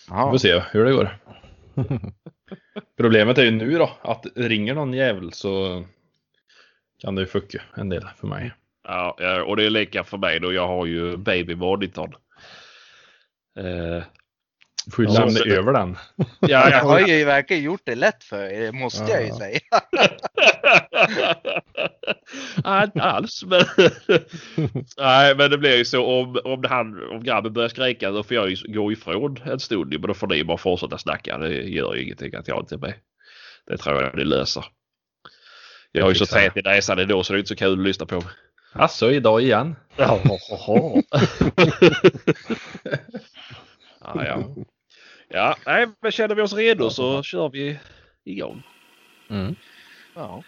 Vi får se hur det går. Problemet är ju nu då att ringer någon jävel så kan det ju fucka en del för mig. Ja, och det är lika för mig då. Jag har ju baby monitorn. Får ju lämna över den. Ja, jag har ju verkligen gjort det lätt för er, det måste jag ju säga. Nej, inte alls. Men nej, men det blir ju så om grabben börjar skrika, då får jag ju gå ifrån en stund. Men då får ni bara fortsätta snacka. Det gör ju ingenting att jag inte är med. Det tror jag det löser. Jag har ju så tät i näsan idag så det är inte så kul att lyssna på. Alltså, idag igen. Ja. Ja, nej, men känner vi oss redo så kör vi igång. Ja.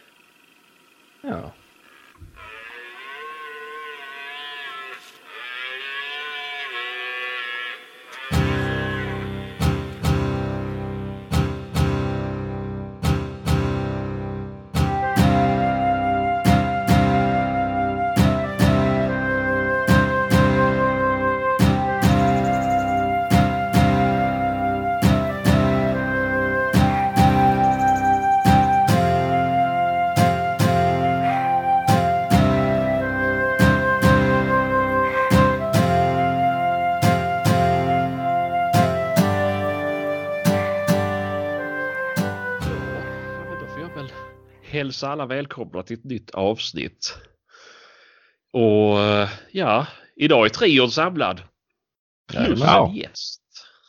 Hälsa alla välkomna till ett nytt avsnitt. Och ja, idag är trion samlad. Plus en gäst.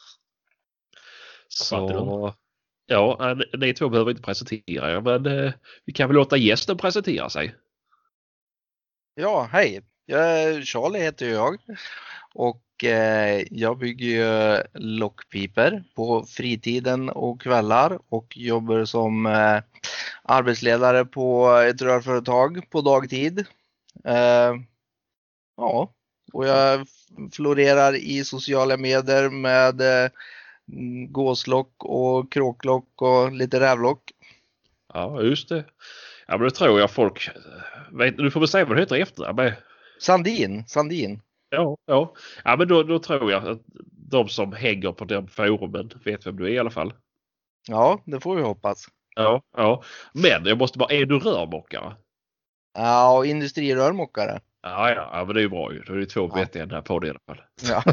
Så ja, ni två behöver inte presentera er, men vi kan väl låta gästen presentera sig. Ja, hej. Charlie heter jag. Och jag bygger ju lockpiper på fritiden och kvällar och jobbar som arbetsledare på ett rörföretag på dagtid. Ja, och jag florerar i sociala medier med gåslock och kråklock och lite rävlock. Ja, just det. Ja, men det tror jag folk vet. Du får väl säga vad det heter efter. Sandin. Ja, men då tror jag att de som hänger på den forumen vet vem du är i alla fall. Ja, det får vi hoppas. Ja. Men jag måste bara, är du rörmokare? Ja, och industrirörmokare. Ja, men det är ju bra ju. Då är det två vettiga där på det i alla fall. Ja.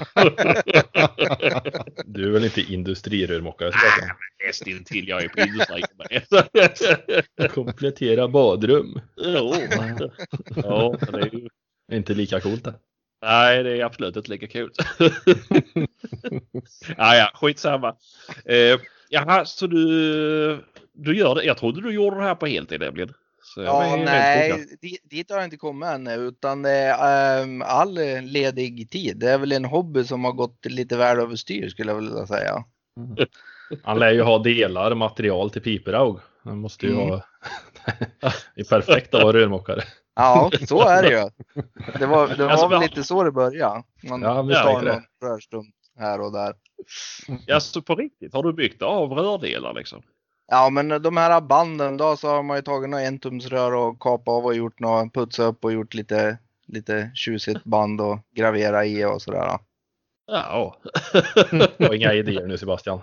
Du är väl inte industrirörmokare? Nästan till jag är på industri. Komplettera badrum. Ja, det är ju inte lika coolt det. Nej, det är absolut inte lika coolt. Ja, skitsamma. Jaha, så du gör det. Jag trodde du gjorde det här på heltid nämligen. Nej, dit har jag inte kommit än utan det är all ledig tid. Det är väl en hobby som har gått lite väl överstyr skulle jag vilja säga. Han lär ju ha delar, material till piperag. Han måste ju ha det är perfekt att vara rörmokare. Ja, så är det ju. Det var väl lite så det började. Man tar någon rörstump här och där. Ja, så på riktigt, har du byggt av rördelar liksom? Ja, men de här banden då så har man ju tagit några entumsrör och kapat av och gjort något, putsa upp och gjort lite tjusigt band och gravera i och sådär. Ja. Jag har inga idéer nu, Sebastian.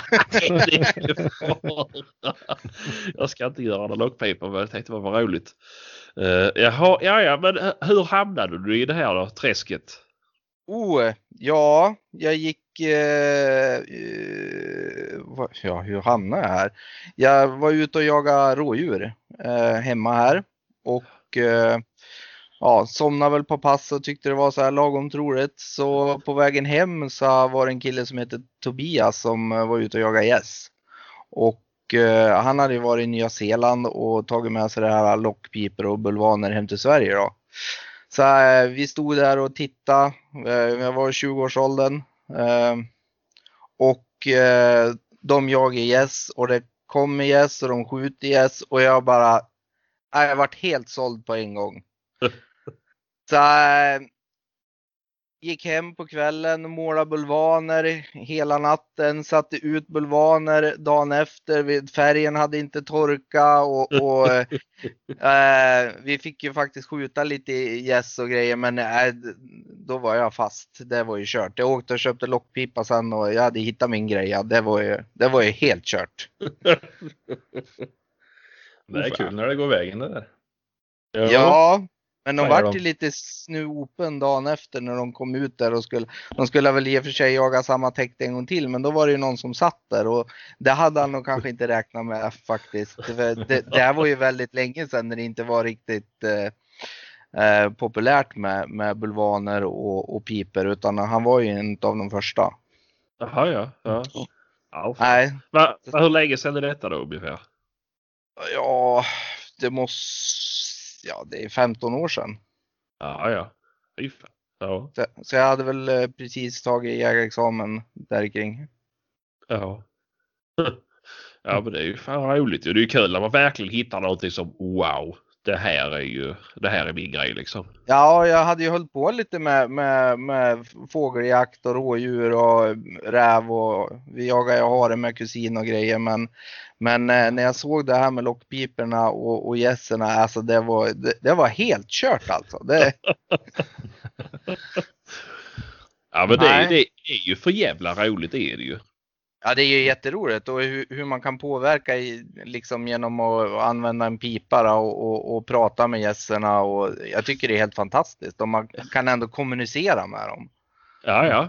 Jag ska inte göra någon lockpaper, men jag tänkte det var roligt. Ja, men hur hamnade du i det här då, träsket? Ja, jag gick hur hamnade jag här? Jag var ute och jagade rådjur hemma här och somnade väl på pass och tyckte det var så här lagom troligt. Så på vägen hem så var det en kille som heter Tobias som var ute och jagade gäss. Och han hade ju varit i Nya Zeeland och tagit med sig det här lockpiper och bulvaner hem till Sverige då. Så vi stod där och tittade. Jag var i 20-årsåldern. Och de jagade gäss och det kommer gäss och de skjuter gäss och jag varit helt såld på en gång. Så gick hem på kvällen, målade bulvaner hela natten, satte ut bulvaner dagen efter. Färgen hade inte torkat och vi fick ju faktiskt skjuta lite gäss och grejer, men då var jag fast. Det var ju kört. Jag åkte och köpte lockpipa sen och jag hade hittat min grej. Ja, det var ju helt kört. Det är kul när det går vägen det där. Ja, men de Säger vart de. ju lite snupen dagen efter när de kom ut där och de skulle väl i och för sig jaga samma täkt en gång till, men då var det ju någon som satt där och det hade han nog kanske inte räknat med faktiskt. Det här var ju väldigt länge sedan när det inte var riktigt populärt med bulvaner och piper, utan han var ju en av de första. Jaha, ja. Nej. Hur länge sedan är detta då ungefär? Ja, det är 15 år sedan. Ja. Fy fan. Ja. Så jag hade väl precis tagit jägarexamen där kring. Ja. Ja, men det är ju fan roligt. Det är ju kul när man verkligen hittar någonting som wow, det här är min grej liksom. Ja, jag hade ju hållit på lite med fågeljakt och rådjur och räv och vi jagade hare med kusin och grejer, men när jag såg det här med lockpiperna och gässerna, alltså det var helt kört alltså. Ja, men det är ju för jävla roligt, det är det ju. Ja, det är ju jätteroligt och hur man kan påverka liksom genom att använda en pipa och prata med gästerna, och jag tycker det är helt fantastiskt och man kan ändå kommunicera med dem. Ja.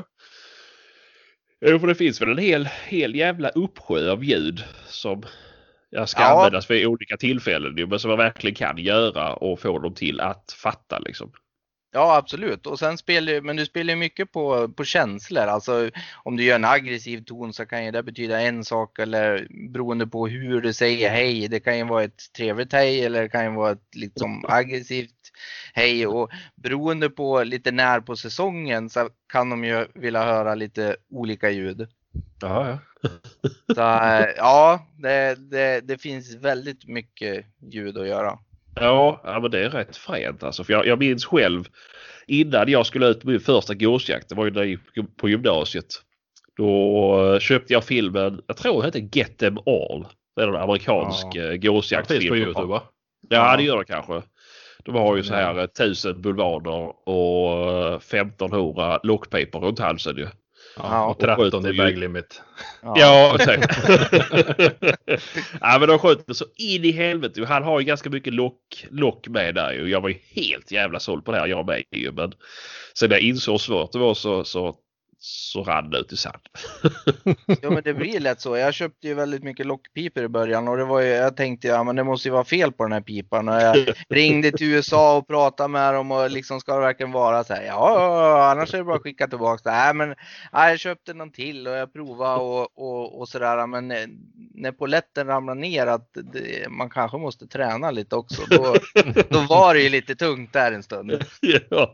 Jo, för det finns väl en hel jävla uppsjö av ljud som ska användas för olika tillfällen, men som man verkligen kan göra och få dem till att fatta liksom. Ja, absolut. Och sen men du spelar ju mycket på känslor. Alltså om du gör en aggressiv ton så kan ju det betyda en sak, eller beroende på hur du säger hej. Det kan ju vara ett trevligt hej eller det kan ju vara ett liksom aggressivt hej. Och beroende på lite när på säsongen så kan de ju vilja höra lite olika ljud. Ja. Så ja, det finns väldigt mycket ljud att göra. Ja, men det är rätt fränt alltså. För jag minns själv innan jag skulle ut på min första gåsjakt, det var ju där på gymnasiet. Då köpte jag filmen, jag tror det heter Get Them All. Det är en amerikansk gåsjaktfilm. Det finns på YouTube, va? Ja, det gör det kanske. De har ju så här 1000 bulvaner och 1500 lockpipor runt halsen ju. Ja, och 13 i baglimit. Ja, exakt. Ja, men de sköt så in i helvete. Han har ju ganska mycket lock med där ju. Jag var ju helt jävla såld på det här, jag med ju. Men sen jag insåg hur svårt det var så rann det ut i sand. Ja, men det blir lätt så. Jag köpte ju väldigt mycket lockpipor i början och jag tänkte men det måste ju vara fel på den här pipan. Och jag ringde till USA och pratade med dem och liksom, ska det verkligen vara så här? Ja, annars är det bara att skicka tillbaka. Jag köpte någon till och jag provade och sådär. Men när poletten ramlar ner att man kanske måste träna lite också. Då var det ju lite tungt där en stund. Ja.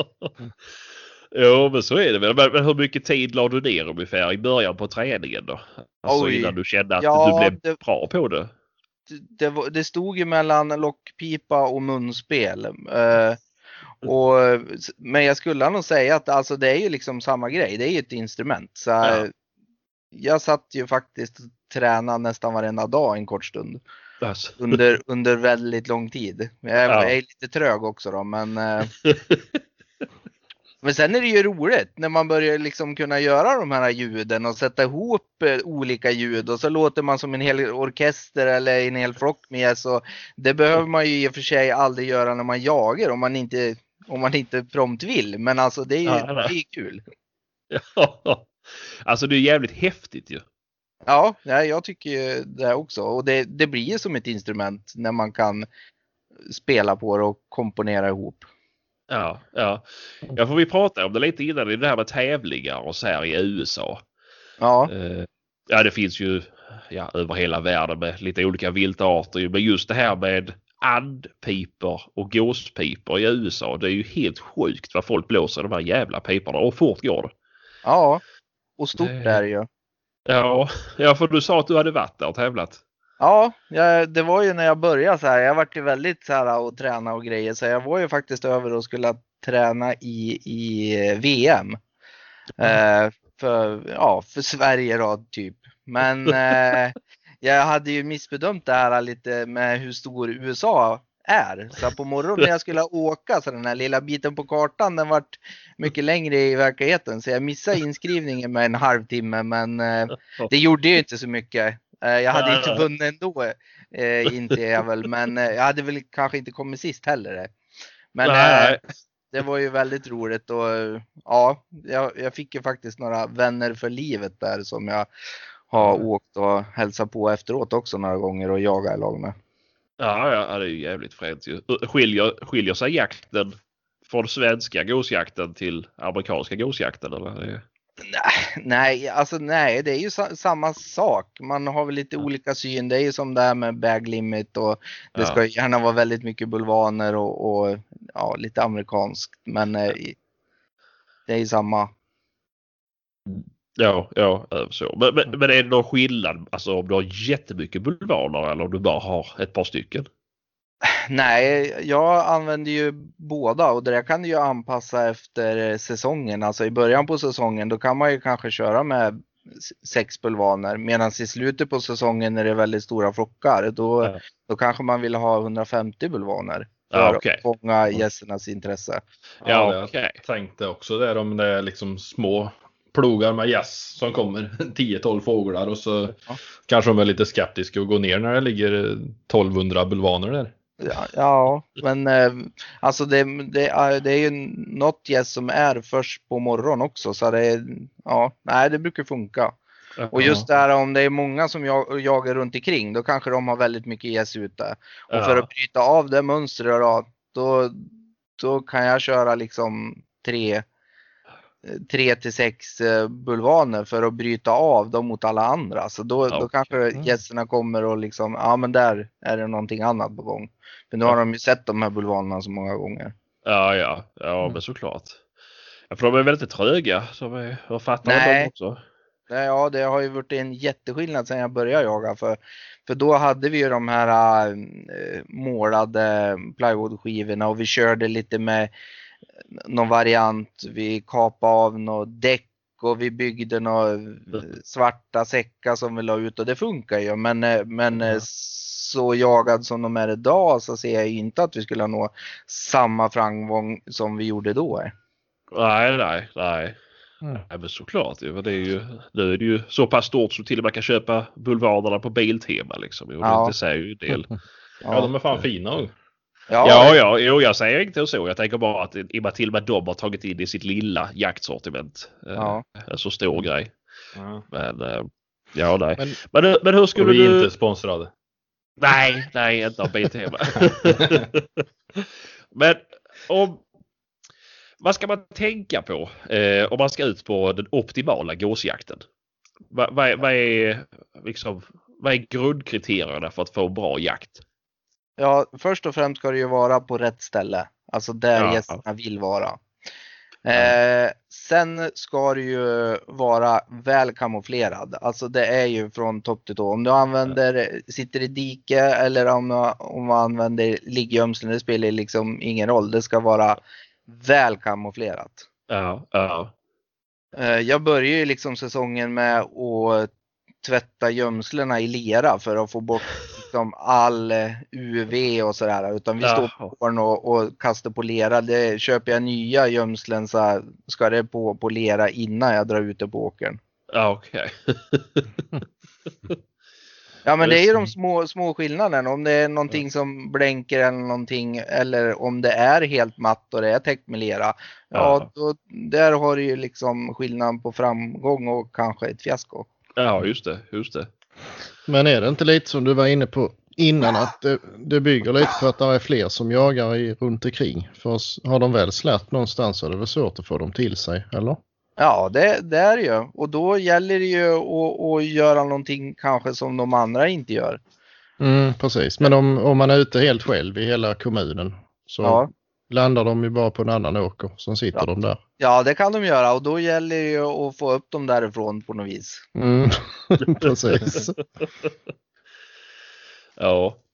Jo, men så är det väl. Men hur mycket tid la du ner ungefär i början på träningen då? Alltså innan du kände att du blev bra på det? Det stod ju mellan lockpipa och munspel. Men jag skulle nog säga att alltså, det är ju liksom samma grej. Det är ju ett instrument. Så jag satt ju faktiskt och tränade nästan varenda dag en kort stund. Alltså. Under väldigt lång tid. Jag är lite trög också då, men sen är det ju roligt när man börjar liksom kunna göra de här ljuden och sätta ihop olika ljud och så låter man som en hel orkester eller en hel flock med. Så det behöver man ju i och för sig aldrig göra när man jagar om man inte prompt vill. Men alltså det är ju kul. Ja, alltså det är jävligt häftigt ju. Ja, jag tycker det också. Och det blir ju som ett instrument när man kan spela på det och komponera ihop. Ja, för vi pratade om det lite innan, det här med tävlingar och så här i USA. Ja. Det finns ju över hela världen med lite olika viltarter. Men just det här med andpipor och gåspipor i USA, det är ju helt sjukt vad folk blåser de här jävla piporna och fort går det. Ja, och stort är det ju. Ja, för du sa att du hade varit där och tävlat. Ja, det var ju när jag började så här. Jag var ju väldigt så här och träna och grejer. Så jag var ju faktiskt över och skulle träna i VM. För Sverige då typ. Men jag hade ju missbedömt det här lite med hur stor USA är. Så på morgonen när jag skulle åka så den här lilla biten på kartan den vart mycket längre i verkligheten. Så jag missade inskrivningen med en halvtimme, men det gjorde ju inte så mycket. Jag hade inte vunnit ändå, inte jag väl. Men jag hade väl kanske inte kommit sist heller. Men det var ju väldigt roligt och ja, jag fick ju faktiskt några vänner för livet där som jag har åkt och hälsat på efteråt också några gånger och jagat i lag med. Ja, det är ju jävligt fränt ju. Skiljer sig jakten från svenska gåsjakten till amerikanska gåsjakten eller? Nej, det är ju samma sak. Man har väl lite olika syn. Det är ju som det här med bag limit och det ska gärna vara väldigt mycket bulvaner och lite amerikanskt. Men det är ju samma. Ja, så. Men är det någon skillnad alltså om du har jättemycket bulvaner eller om du bara har ett par stycken? Nej, jag använder ju båda och det där kan du ju anpassa efter säsongen. Alltså i början på säsongen då kan man ju kanske köra med 6 bulvaner. Medan i slutet på säsongen när det är väldigt stora flockar då kanske man vill ha 150 bulvaner. För att fånga gästernas intresse. Ja, jag tänkte också där om det är liksom små plogar med gäss som kommer 10-12 fåglar och så kanske de är lite skeptiska och går ner när det ligger 1200 bulvaner där. Ja, men alltså det är ju något gäss som är först på morgon också så det brukar funka. Och just det här om det är många som jagar runt omkring då kanske de har väldigt mycket gäss ute. Och för att bryta av det mönstret då kan jag köra liksom 3-6 bulvaner för att bryta av dem mot alla andra. Så då kanske gästerna kommer och liksom, men där är det någonting annat på gång. För nu har de ju sett de här bulvanerna så många gånger. Ja, men såklart. För de är väldigt tröga, så jag fattar dem också. Ja, det har ju varit en jätteskillnad sedan jag började jaga. För då hade vi ju de här målade plywoodskivorna och vi körde lite med någon variant. Vi kapade av något däck och vi byggde några svarta säckar som vi la ut och det funkar ju. Men så jagad som de är idag så ser jag inte att vi skulle nå samma framgång som vi gjorde då. Nej. Ja, men såklart. Nu är det ju så pass stort som till och med kan köpa bulvanerna på Biltema liksom. Det säger ju en del. Ja, de är fan fina. Ja, jag säger inte så. Jag tänker bara att till och med de har tagit in i sitt lilla jaktsortiment. En så stor grej. Men nej. Men hur skulle vi inte sponsrade? Nej, inte av Biltema. Men vad ska man tänka på om man ska ut på den optimala gåsjakten? Vad är grundkriterierna för att få bra jakt? Ja, först och främst ska det ju vara på rätt ställe. Alltså där gästerna vill vara. Sen ska det ju vara väl kamouflerad. Alltså det är ju från topp till tå. Om du sitter i dike eller om man använder liggömslen, det spelar liksom ingen roll. Det ska vara väl kamouflerat. Jag börjar ju liksom säsongen med att tvätta gömslena i lera för att få bort liksom all UV och sådär. Utan vi står på åren och kastar på lera. Det köper jag nya gömslen så ska det på lera innan jag drar ut det på åkern. Okej. Ja, men det är ju de små skillnaderna. Om det är någonting som blänker eller någonting, eller om det är helt matt och det är täckt med lera. Då, där har du ju liksom skillnaden på framgång och kanske ett fiasko. Ja, just det. Men är det inte lite som du var inne på innan att det bygger lite på att det är fler som jagar runt omkring? För har de väl släppt någonstans så är det väl svårt att få dem till sig, eller? Ja, det är det ju. Och då gäller det ju att göra någonting kanske som de andra inte gör. Precis, men om man är ute helt själv i hela kommunen så landar de ju bara på en annan åker. Som sitter de där. Ja, det kan de göra och då gäller det ju att få upp dem därifrån på något vis. Precis. Ja.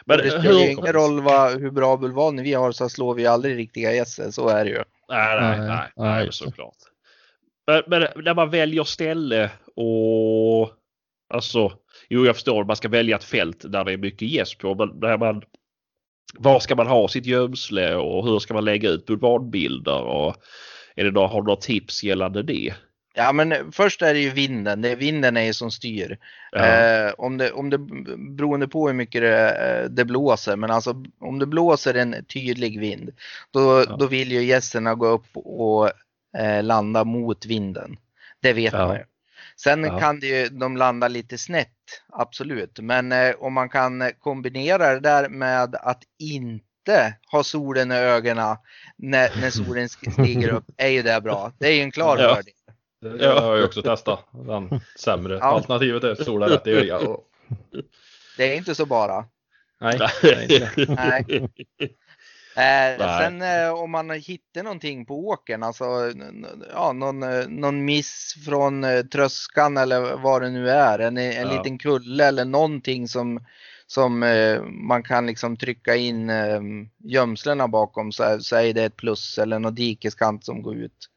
Men det spelar ju ingen roll hur bra bulvaner vi har, så slår vi aldrig riktiga gäster, så är det ju. Nej, såklart. Men när man väljer ställe och alltså, jag förstår att man ska välja ett fält där det är mycket gäss på, men var ska man ha sitt gömsle och hur ska man lägga ut bulvanbilder och har du några tips gällande det? Ja, men först är det ju vinden. Vinden är ju som styr. Ja. Om det beroende på hur mycket det blåser, men alltså om det blåser en tydlig vind, då vill ju gästerna gå upp och landa mot vinden. Det vet man ju. Sen kan de landa lite snett, absolut. Men om man kan kombinera det där med att inte ha solen i ögonen när solen stiger upp, är ju det bra. Det är ju en klar fördel. Det har jag också testat. Den sämre alternativet är solen rätt i ögat. Det är inte så bara. Nej, det är inte. Nej. Sen om man hittar någonting på åkern, alltså någon miss från tröskan eller vad det nu är, en liten kulle eller någonting som man kan liksom trycka in gömslena bakom, så är det ett plus, eller någon dikeskant som går ut.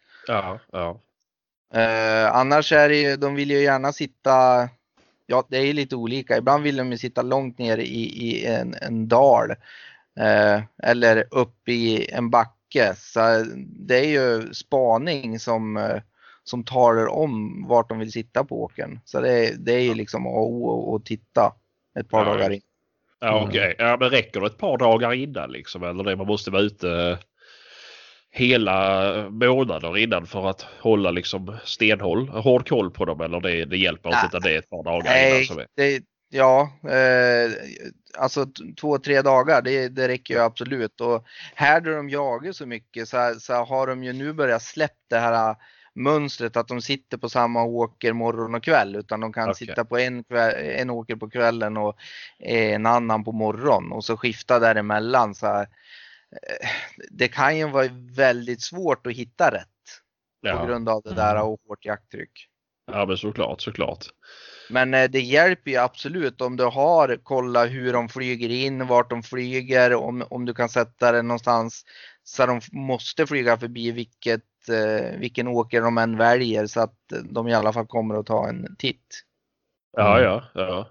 Annars är det, de vill ju gärna sitta, det är ju lite olika. Ibland vill de ju sitta långt ner i en dal eller upp i en backe. Så det är ju spaning som talar om vart de vill sitta på åkern. Så det är ju liksom att titta ett par dagar in. Ja, okej. Ja, men räcker det ett par dagar innan liksom, eller det man måste vara ute hela månader innan för att hålla liksom hård koll på dem, eller det hjälper inte utan det är ett par dagar innan som är. Alltså 2-3 dagar, det räcker ju absolut. Och här då de jagar så mycket så har de ju nu börjat släppa det här mönstret att de sitter på samma åker morgon och kväll, utan de kan sitta på en åker på kvällen och en annan på morgon och så skifta däremellan. Så det kan ju vara väldigt svårt att hitta rätt på grund av det där och hårt jakttryck. Ja, men såklart. Men det hjälper ju absolut om du har kolla hur de flyger in, vart de flyger, om du kan sätta det någonstans så de måste flyga förbi vilken åker de än väljer, så att de i alla fall kommer att ta en titt. Ja,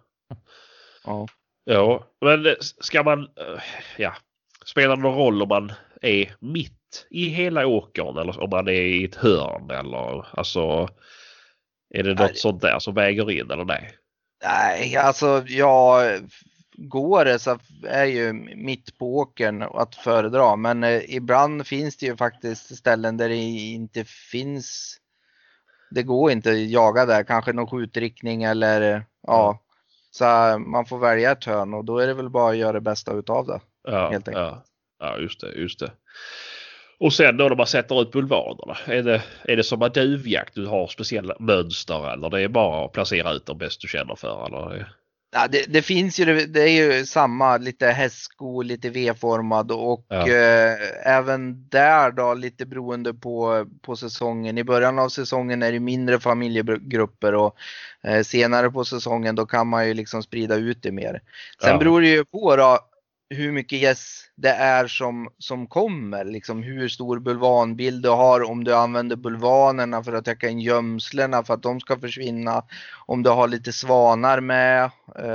men ska man spelar det någon roll om man är mitt i hela åkern eller om man är i ett hörn, eller alltså är det något sånt där som väger in eller nej? Nej, alltså går det så är ju mitt på åkern att föredra, men ibland finns det ju faktiskt ställen där det inte finns, det går inte att jaga där, kanske någon skjutriktning eller så man får välja ett hörn och då är det väl bara att göra det bästa utav det. Helt enkelt. Ja, just det. Och sen då när man sätter ut bulvanerna, är det som en duvjakt, du har speciella mönster eller det är bara att placera ut de bäst du känner för? Eller? Ja, det finns ju, det är ju samma, lite hästsko, lite V-formad och även där då lite beroende på säsongen. I början av säsongen är det mindre familjegrupper och senare på säsongen då kan man ju liksom sprida ut det mer. Sen beror det ju på då hur mycket gäss det är som kommer, liksom hur stor bulvanbild du har, om du använder bulvanerna för att täcka in gömslena för att de ska försvinna, om du har lite svanar med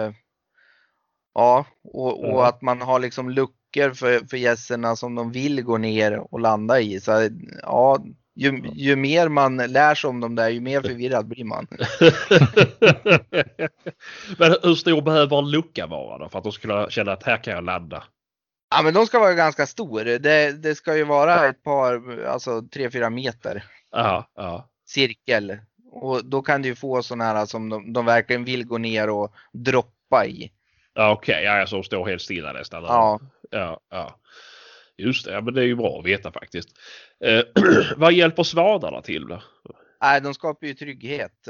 och att man har liksom luckor för gässerna som de vill gå ner och landa i, så ju mer man lär sig om dem där, ju mer förvirrad blir man. Men hur stor behöver en lucka vara då för att de skulle känna att här kan jag landa? Ja, men de ska vara ganska stor. Det ska ju vara ett par, alltså 3-4 meter. Cirkel. Och då kan du ju få sådana här som de verkligen vill gå ner och droppa i. Okej, så står helt stilla nästan. Ja. Just det, men det är ju bra att veta faktiskt. Vad hjälper svanarna till då? Nej, de skapar ju trygghet.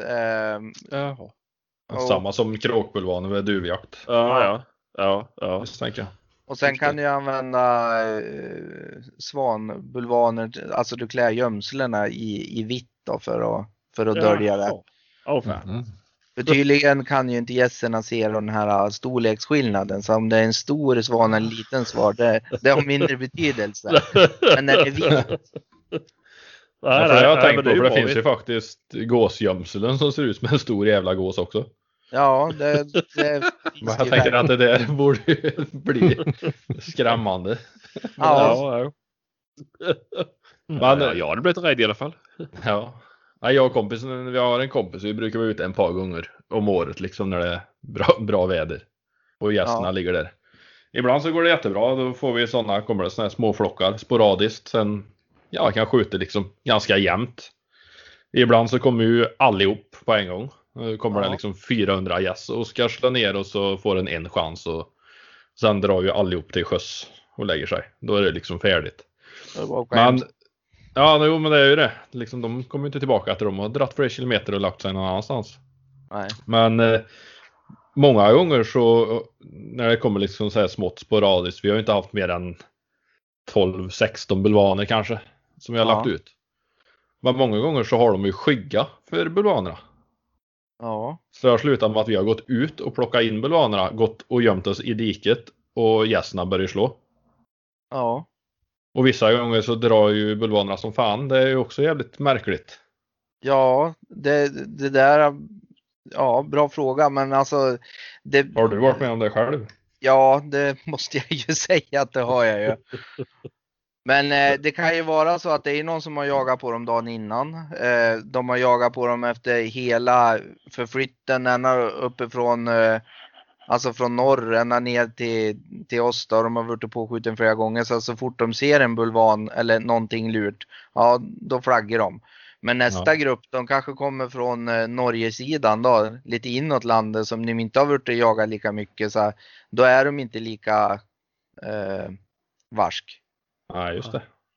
Samma som kråkbulvaner vid duvjakt. Ja. Just tänker jag. Och sen kan du använda svanbulvaner, alltså du klär gömslena i vitt då för att dölja det. För tydligen kan ju inte gästerna se den här storleksskillnaden. Så om det är en stor svan och en liten svan, det har mindre betydelse. Men den är vit. Ja, för det har jag tänkt på, men för det bra, finns ju faktiskt gåsgömseln som ser ut som en stor jävla gås också. Ja, det Men jag tänker att det där borde ju bli skrämmande. Ja. Men jag hade blivit rädd i alla fall. Ja. Ja, jag och kompisen, vi har en kompis, vi brukar vara ute ett par gånger om året liksom när det är bra väder. Och gästerna ligger där. Ibland så går det jättebra, då får vi kommer det såna här små flockar sporadiskt. Sen, kan skjuta liksom ganska jämnt. Ibland så kommer ju allihop på en gång. Då kommer det liksom 400 gäss och ska slå ner och så får den en chans. Och sen drar ju allihop till sjöss och lägger sig. Då är det liksom färdigt. Men men det är ju det. Liksom, de kommer inte tillbaka till de har dratt flera kilometer och lagt sig någon annanstans. Nej. Men många gånger så när det kommer liksom så här smått sporadiskt, vi har ju inte haft mer än 12-16 bulvaner kanske som vi har lagt ut. Men många gånger så har de ju skygga för bulvanerna. Ja. Så det har slutat med att vi har gått ut och plockat in bulvanerna, gått och gömt oss i diket och gästerna börjar slå. Ja. Och vissa gånger så drar ju bulvanerna som fan. Det är ju också jävligt märkligt. Ja, det där, bra fråga, men alltså Har du varit med om det själv? Ja, det måste jag ju säga att det har jag ju. Men det kan ju vara så att det är någon som har jagat på dem dagen innan. De har jagat på dem efter hela förflytten ända uppifrån, alltså från norr ända ner till oss då. De har varit påskjuten flera gånger, så fort de ser en bulvan eller någonting lurt, då flaggar de. Men nästa grupp, de kanske kommer från Norge-sidan då, lite inåt landet som de inte har varit och jagat lika mycket, så då är de inte lika varsk. Nej, just det.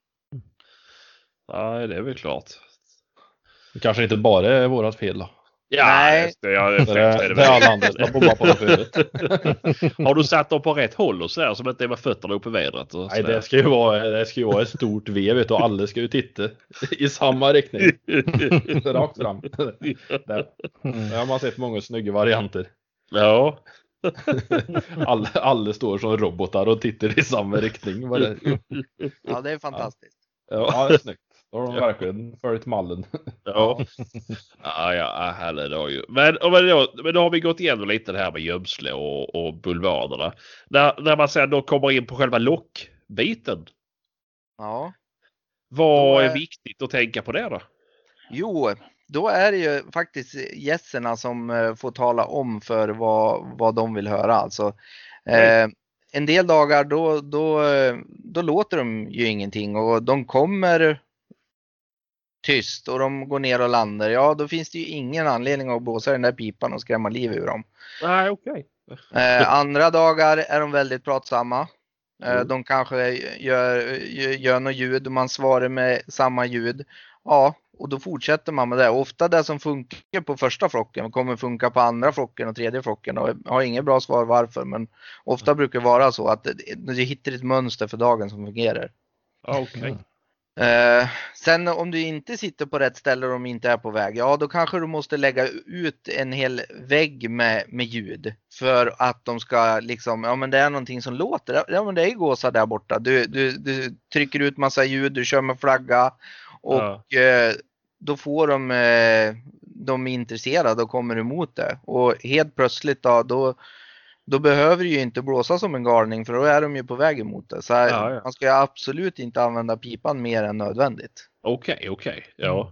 Nej, det är väl klart. Det kanske inte bara är vårat fel då. Ja, nej. Det är alla andra som har bombat på dem förut. Har du satt dem på rätt håll och så här, som inte är med fötterna upp i vädret? Och nej, det ska ju vara ett stort V, vet du, och alla ska ju titta i samma riktning. Rakt fram. Där har man sett många snygga varianter. Ja. Alla står som robotar och tittar i samma riktning. Ja, det är fantastiskt. Ja, det är snyggt. Då har de verkligen följt mallen. Ja, härligt då ju. Men då har vi gått igenom lite det här med gömsle och bulvanerna. När man sen då kommer in på själva lockbiten. Ja. Vad är viktigt att tänka på det då? Jo, då är det ju faktiskt gästerna som får tala om för vad de vill höra. Alltså, en del dagar då låter de ju ingenting och de kommer tyst och de går ner och landar. Ja, då finns det ju ingen anledning att blåsa den där pipan och skrämma liv ur dem. Nej, okej. Andra dagar är de väldigt pratsamma. De kanske gör något ljud och man svarar med samma ljud. Ja, och då fortsätter man med det. Ofta det som funkar på första flocken kommer funka på andra flocken och tredje flocken. Och jag har inget bra svar varför, men ofta brukar det vara så att du hittar ett mönster för dagen som fungerar. Okej. Sen om du inte sitter på rätt ställe och de inte är på väg, ja då kanske du måste lägga ut en hel vägg med ljud för att de ska liksom, ja men det är någonting som låter, ja men det är gåsar där borta, du trycker ut massa ljud, du kör med flagga och då får de är intresserade och kommer emot det och helt plötsligt då behöver du ju inte blåsa som en galning för då är de ju på väg emot det. Så man ska ju absolut inte använda pipan mer än nödvändigt. Okej. Ja.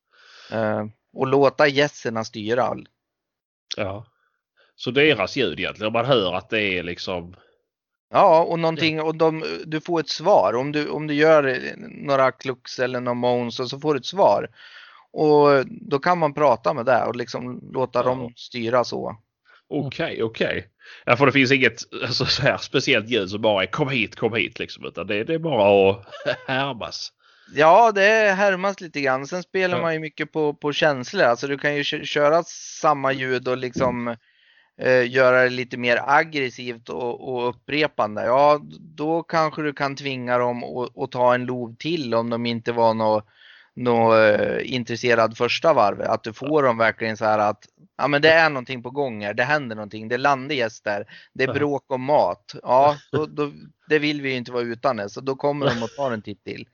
Och låta gästerna styra. Ja. Så deras ljud egentligen, man hör att det är liksom... Ja, och någonting, och du får ett svar. Om du gör några klux eller någon moans så får du ett svar. Och då kan man prata med det och liksom låta dem styra så. Okej. Ja, för det finns inget alltså, så här speciellt ljud som bara är kom hit liksom, utan det är bara att härmas. Ja, det härmas lite grann. Sen spelar man ju mycket på känslor. Alltså du kan ju köra samma ljud och liksom göra det lite mer aggressivt och upprepande. Ja, då kanske du kan tvinga dem att ta en lov till om de inte var intresserad första varvet. Att du får dem verkligen så här att ja, men det är någonting på gång här, det händer någonting, det landar gäster, det är bråk om mat. Ja, då, det vill vi ju inte vara utan det, så då kommer de att ta en titt till.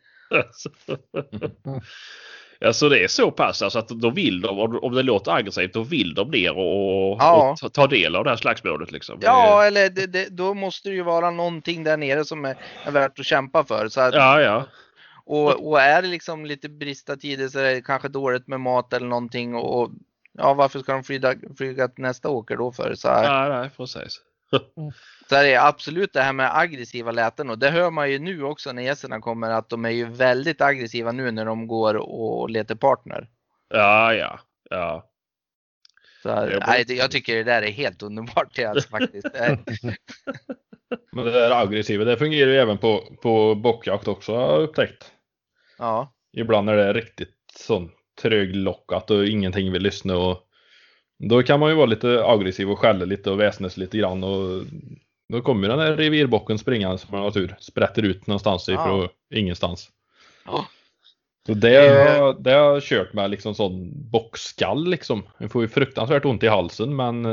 Ja, så det är så pass alltså att då vill de, om det låter aggressivt, då vill de ner och ta del av det här slagsmålet liksom. Ja, eller då måste det ju vara någonting där nere som är värt att kämpa för. Så att, ja. Och är det liksom lite brista tider så är det kanske dåligt med mat eller någonting. Och ja, varför ska de flyga till nästa åker då för? Så här. Nej, precis. Så är det absolut det här med aggressiva läten, och det hör man ju nu också när gästerna kommer, att de är ju väldigt aggressiva nu när de går och letar partner. Ja. Så här, jag tycker det där är helt underbart alltså, faktiskt. Men det där aggressiva, det fungerar ju även på bockjakt också, har jag upptäckt. Ja. Ibland är det riktigt sånt tröglockat och ingenting vill lyssna, och då kan man ju vara lite aggressiv och skälla lite och väsnas lite grann, och då kommer den där revirbocken springande som har natur, sprätter ut någonstans ifrån ingenstans. Ja. Så det har jag kört med liksom sån bockskall liksom. Man får ju fruktansvärt ont i halsen, men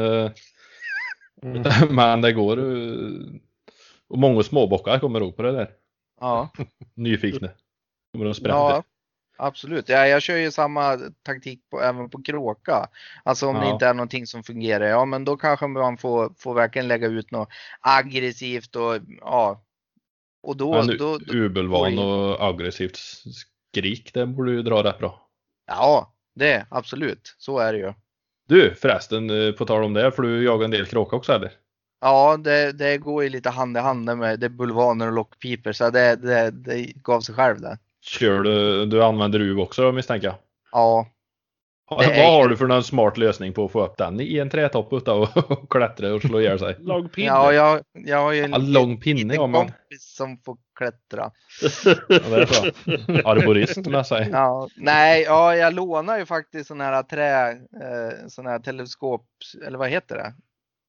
men det går, och många småbockar kommer upp på det där. Ja. Nyfikna. Kommer att sprätta. Ja. Absolut, jag kör ju samma taktik även på kråka. Alltså om det inte är någonting som fungerar, ja men då kanske man får verkligen lägga ut något aggressivt och ja. Och då ubelvan och aggressivt skrik, det borde ju dra rätt bra. Ja, det absolut, så är det ju. Du förresten, på tal om det, för du jagar en del kråka också eller? Ja, det går ju lite hand i hand med det bulvaner och lockpiper, så det gav sig själv det. Kör du använder uv också då, misstänker jag? Ja. Vad har du för någon smart lösning på att få upp den i en trätopp utan och klättra och slå ihjäl sig? Lång pinne. Ja, jag har ju en lång pinne, kompis som får klättra. Ja, det är bra. Arborist med sig. Ja, nej, jag lånar ju faktiskt sån här sån här teleskop, eller vad heter det?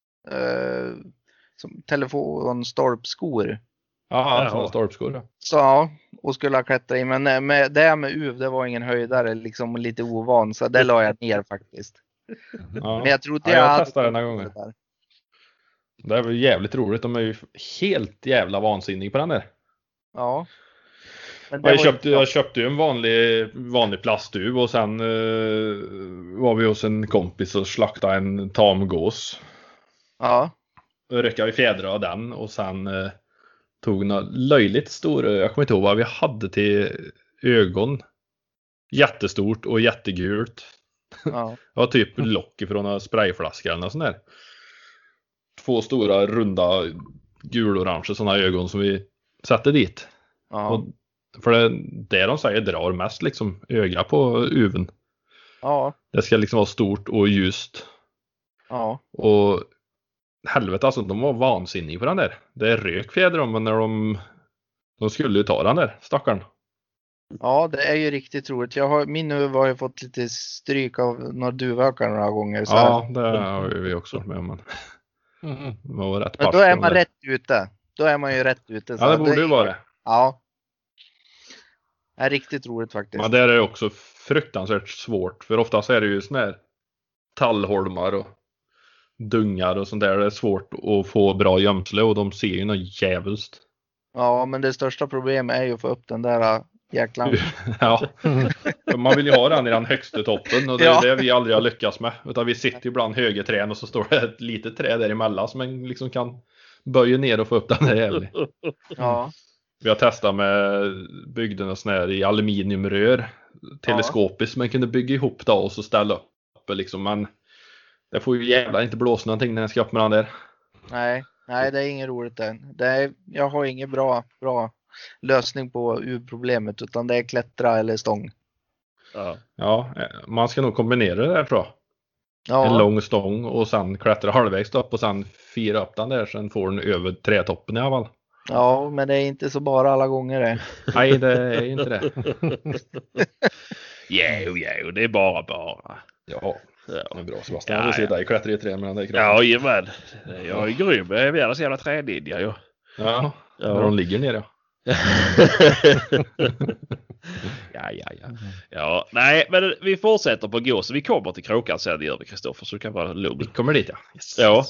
Som telefonstolpskor. Ja, sådana stolpskor. Ja. Så ja, och skulle ha klättrat i, men med UV, det var ingen höjdare, liksom lite ovan, så det la jag ner faktiskt. Ja. Men jag trodde jag testade den här gången. Det är väl jävligt roligt, de är ju helt jävla vansinniga på den där. Ja. Men jag köpte ju en vanlig plastuv, och sen var vi hos en kompis och slaktade en tamgås. Ja. Rökade vi fjädrar av den, och sen tog några löjligt stora, jag kommer inte ihåg vad vi hade till ögon. Jättestort och jättegult. Ja. Det var typ lock ifrån en sprayflaska eller något sånt där. 2 stora runda gul-orange sådana ögon som vi satte dit. Ja. Och för det de säger drar mest liksom öga på uven. Ja. Det ska liksom vara stort och ljust. Ja. Och helvete alltså, de var vansinniga på den där. Det rök fjäder om, men när de skulle ju ta den där, stackarn. Ja, det är ju riktigt roligt. Min uv har ju fått lite stryk av några duvökar några gånger. Så ja, det har vi också varit med om. Var rätt, men då är man rätt ute. Då är man ju rätt ute. Så ja, det borde ju vara det. Ja. Det är riktigt roligt faktiskt. Men det är också fruktansvärt svårt. För oftast är det ju såna här tallholmar och dungar och sånt där. Det är svårt att få bra gömsle, och de ser ju något jävligt. Ja, men det största problemet är ju att få upp den där jäklan. Ja, man vill ju ha den i den högsta toppen, och det är det vi aldrig har lyckats med. Utan vi sitter ju bland höga träd och så står det ett litet träd där emellan som man liksom kan böja ner och få upp den där jävligt. Ja. Vi har testat med byggden och sån här i aluminiumrör teleskopiskt, man kunde bygga ihop då och så ställa upp liksom, men det får ju jävla inte blåsa någonting när jag ska upp med den där. Nej, det är inget roligt än. Jag har ingen bra lösning på problemet, utan det är klättra eller stång. Ja, man ska nog kombinera det där, tror jag. Ja. En lång stång och sen klättra halvvägs upp och sen fira upp den där, sen får den över trätoppen i alla fall. Ja, men det är inte så bara alla gånger det. Nej, det är inte det. Jo, det är bara. Ja, det är bra Sebastian. Du sitter i klättrar i träd med den där kroppen. Ja, jajamän. Jag är grym. Jag är världens jävla träninja ju. Ja, när de ligger ner. Ja, nej, men vi fortsätter på gås. Vi kommer till kråkan sen, det gör vi, Kristoffer, så du kan vara lugn. Vi kommer dit, ja. Yes. Ja.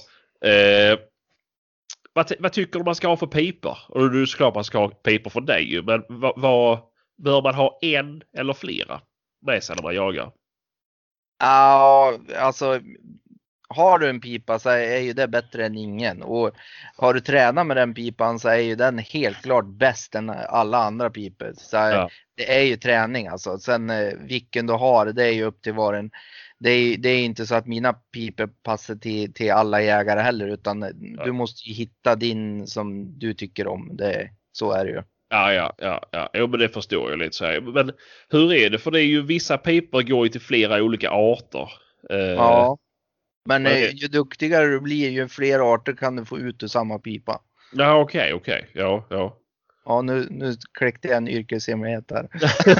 Vad tycker du man ska ha för piper? Och du såklart man ska ha piper för dig ju, men vad bör man ha, en eller flera med sig när man jagar? Ja, alltså har du en pipa så är ju det bättre än ingen. Och har du tränat med den pipan så är ju den helt klart bäst än alla andra pipor. Så det är ju träning alltså. Sen vilken du har, det är ju upp till var en. Det är inte så att mina piper passar till alla jägare heller, utan du måste ju hitta din som du tycker om. Så är det ju. Ja. Jo, men det förstår jag lite så här. Men hur är det? För det är ju vissa piper går ju till flera olika arter. Ja. Men ju duktigare du blir, ju fler arter kan du få ut ur samma pipa. Ja, okej. Ja. Ja, nu kläckte jag en yrkeshemlighet här.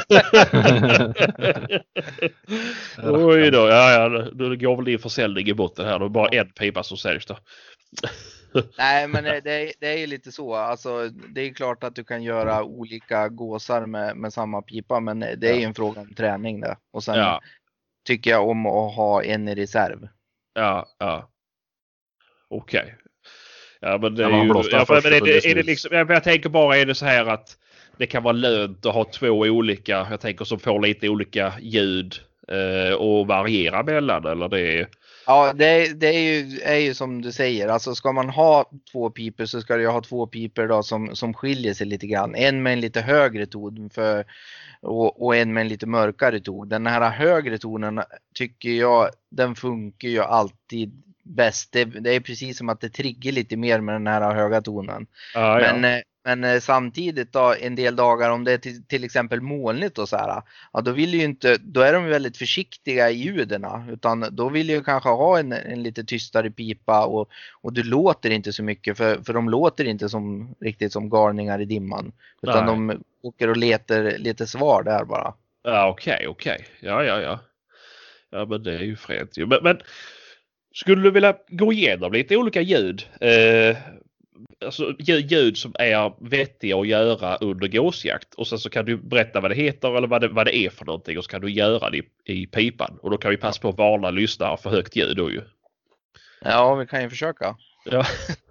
Oj då, då går väl din försäljning i botten här. Då är bara en pipa som säljs då. Nej, men det är ju lite så. Alltså, det är klart att du kan göra olika gåsar med samma pipa, men det är ju en fråga om träning där. Och sen tycker jag om att ha en i reserv. Ja. Okej. Ja, men det är ju... är det liksom, jag tänker bara, är det så här att det kan vara lönt att ha två olika, jag tänker, som får lite olika ljud och variera mellan, eller det är... Ja, det är ju som du säger. Alltså ska man ha två piper så ska du ha två piper då som skiljer sig lite grann. En med en lite högre ton och en med en lite mörkare ton. Den här högre tonen tycker jag, den funkar ju alltid bäst. Det är precis som att det triggar lite mer med den här höga tonen. Men samtidigt då, en del dagar om det är till exempel molnigt och så här, ja, då är de väldigt försiktiga i ljuden, utan då vill ju kanske ha en lite tystare pipa och du låter inte så mycket, för de låter inte riktigt som galningar i dimman, utan de åker och letar lite svar där bara. Ja, okej. Ja. Ja, men det är ju fränt ju. Men skulle du vilja gå igenom lite olika ljud? Alltså ljud som är vettiga att göra under gåsjakt, och sen så kan du berätta vad det heter eller vad det är för någonting, och så kan du göra det i pipan, och då kan vi passa på att varna lyssnare för högt ljud då ju. Ja, vi kan ju försöka. Ja.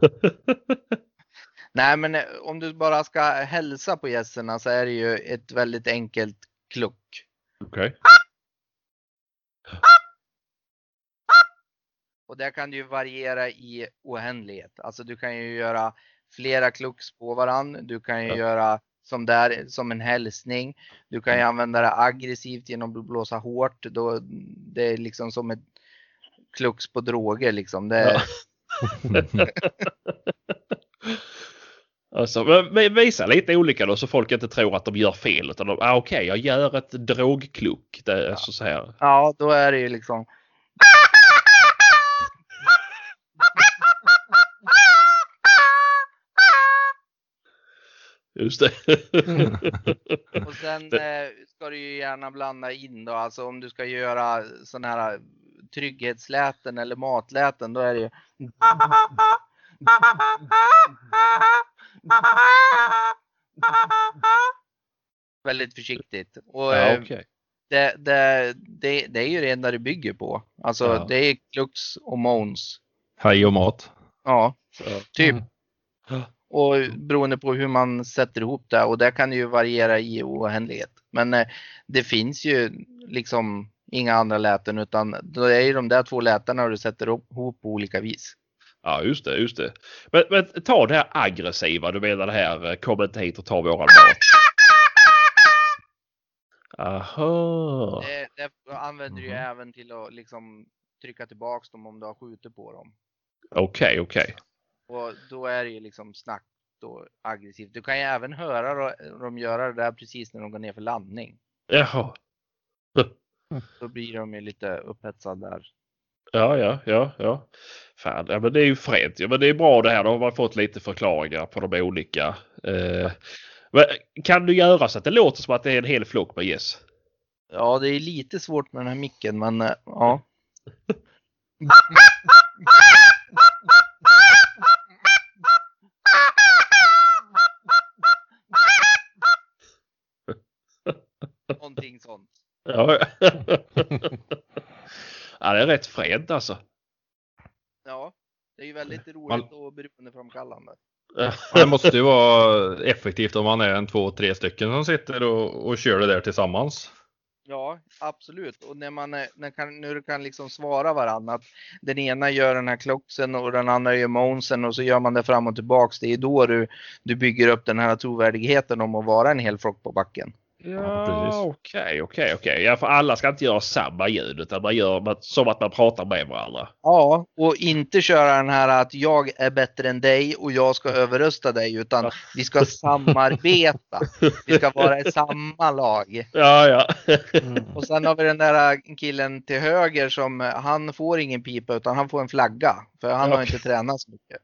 Nej, men om du bara ska hälsa på gästerna så är det ju ett väldigt enkelt kluck. Okej. Och där kan du ju variera i oändlighet. Alltså du kan ju göra flera klucks på varann. Du kan ju göra som en hälsning. Du kan ju använda det aggressivt genom att blåsa hårt. Det är liksom som ett klucks på droger liksom. Alltså, visa lite olika då, så folk inte tror att de gör fel, utan okej, jag gör ett drogkluck. Det är så här. Ja, då är det ju liksom... Just det. Och sen ska du ju gärna blanda in då, alltså om du ska göra sån här trygghetsläten eller matläten, då är det ju väldigt försiktigt. Och det är ju det enda det bygger på. Alltså det är klux och moans. Hej och mat. Ja, typ. Och beroende på hur man sätter ihop det, och det kan ju variera i oändlighet. Men det finns ju liksom inga andra läten, utan då är ju de där två lätarna och du sätter ihop på olika vis. Ja, just det. Men ta det här aggressiva, du menar det här, kom inte hit och ta våran mat. Aha. Det använder du ju även till att liksom trycka tillbaks dem om du har skjutit på dem. Okej. Och då är det ju liksom snack och aggressivt. Du kan ju även höra dem göra det där precis när de går ner för landning. Jaha. Då blir de ju lite upphetsade där. Ja. Fan, ja, men det är ju fränt. Ja, men det är bra det här. Då har man fått lite förklaringar på de olika. Men kan du göra så att det låter som att det är en hel flock med gäss? Ja, det är lite svårt med den här micken, men ja. rätt fränt alltså. Ja, det är ju väldigt roligt och beroendeframkallande. Det måste ju vara effektivt om man är 2-3 stycken som sitter och kör det där tillsammans. Ja, absolut. Och när du kan liksom svara varandra att den ena gör den här klocksen och den andra gör monsen och så gör man det fram och tillbaks. Det är då du bygger upp den här trovärdigheten om att vara en hel flock på backen. Ja, okej. Ja, för alla ska inte göra samma ljud utan man gör som att man pratar med varandra. Ja, och inte köra den här att jag är bättre än dig och jag ska överrösta dig, utan vi ska samarbeta. Vi ska vara i samma lag. Ja. Och sen har vi den där killen till höger som han får ingen pipa utan han får en flagga. För han har inte tränat så mycket.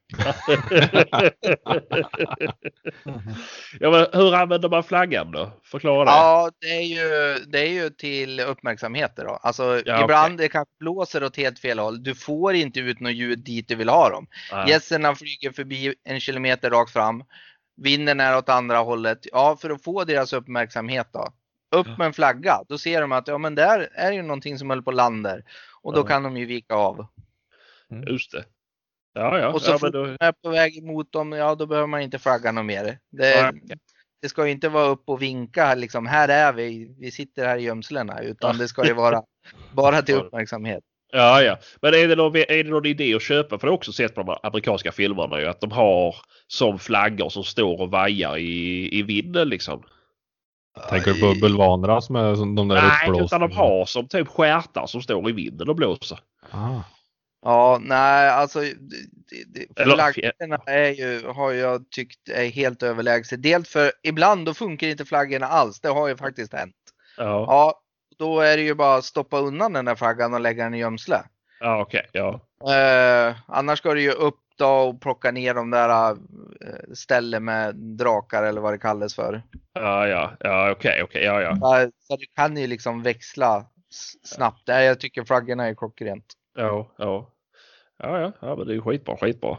Ja, men hur använder man flaggan då? Förklara det. Ja, det är ju till uppmärksamheter då. Alltså ibland det kanske blåser åt helt fel håll. Du får inte ut något ljud dit du vill ha dem. Gässerna flyger förbi 1 kilometer rakt fram. Vinden är åt andra hållet. Ja, för att få deras uppmärksamhet då. Upp med en flagga. Då ser de att men där är ju någonting som håller på lander. Och då kan de ju vika av. Just det. Ja. Och så fort de är på väg emot dem, då behöver man inte flagga något mer. Det ska ju inte vara upp och vinka liksom, här är vi sitter här i gömslena, utan det ska ju vara bara till uppmärksamhet. Ja. Men är det någon idé att köpa? För det har också sett på de amerikanska filmerna ju, att de har som flaggor som står och vajar i vinden liksom. Tänker du på bulvanerna som är som de där uppblåsta? Nej, utan de har som typ stjärtar som står i vinden och blåser. Ja, nej, alltså flaggorna har jag tyckt är helt överlägset. Dels för ibland då funkar inte flaggorna alls. Det har ju faktiskt hänt. Ja, då är det ju bara att stoppa undan den där flaggan och lägga den i gömsle. Ja, okej. Ja. Annars ska du ju upp då och plocka ner de där ställen med drakar eller vad det kallas för. Ja, okej. Ja. Så du kan ju liksom växla snabbt. Jag tycker flaggorna är klockrent. Ja, men det är skitbra.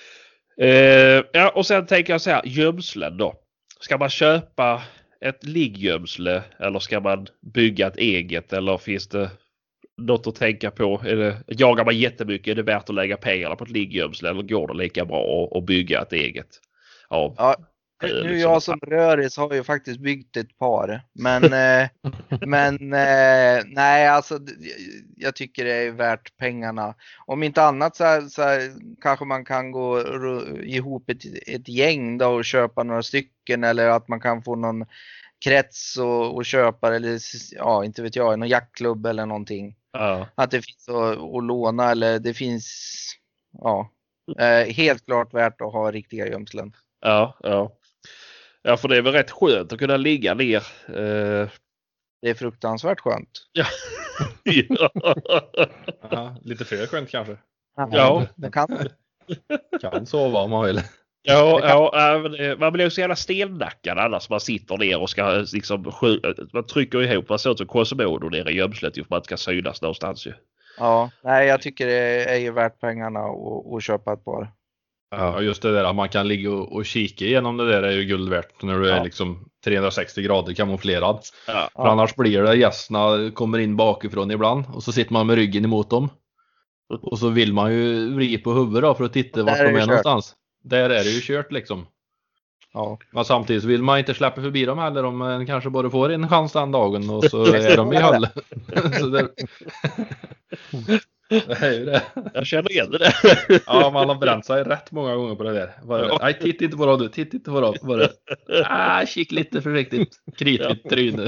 Och sen tänker jag så här, gömslen då. Ska man köpa ett ligggömsle eller ska man bygga ett eget, eller finns det något att tänka på? Jagar man jättemycket, är det värt att lägga pengarna på ett ligggömsle, eller går det lika bra att bygga ett eget? Ja. Nu jag som röris har ju faktiskt byggt ett par, men nej, alltså jag tycker det är värt pengarna. Om inte annat så kanske man kan gå ihop ett gäng då och köpa några stycken, eller att man kan få någon krets och köpa, eller inte vet jag, någon jackklubb eller någonting. Att det finns att låna, eller det finns helt klart värt att ha riktiga gömslen. Ja, för det är väl rätt skönt att kunna ligga ner. Det är fruktansvärt skönt. Ja, lite för skönt kanske. Ja, det kan. Kan sova om man vill. Man blir ju så jävla stelnackad annars. Man sitter ner och ska liksom man trycker ihop, man ser ut som Quasimodo ner i gömslet för att man ska synas någonstans ju. Ja, nej, jag tycker det är ju värt pengarna att köpa ett par. Ja, just det där att man kan ligga och kika igenom det där är ju guld värt när du är liksom 360 grader kamouflerad. För annars blir det gästerna kommer in bakifrån ibland och så sitter man med ryggen emot dem. Och så vill man ju vrida på huvudet då för att titta vart de är någonstans. Där är det ju kört liksom. Ja. Men samtidigt så vill man inte släppa förbi dem heller om man kanske bara får en chans den dagen och så är de i höll. Så det är ju det. Jag känner igen det. Ja, man har bränt sig rätt många gånger på det där. Nej, titta inte på dem du. Titta inte på dem. Bara, kik lite försiktigt. Kritigt tryne.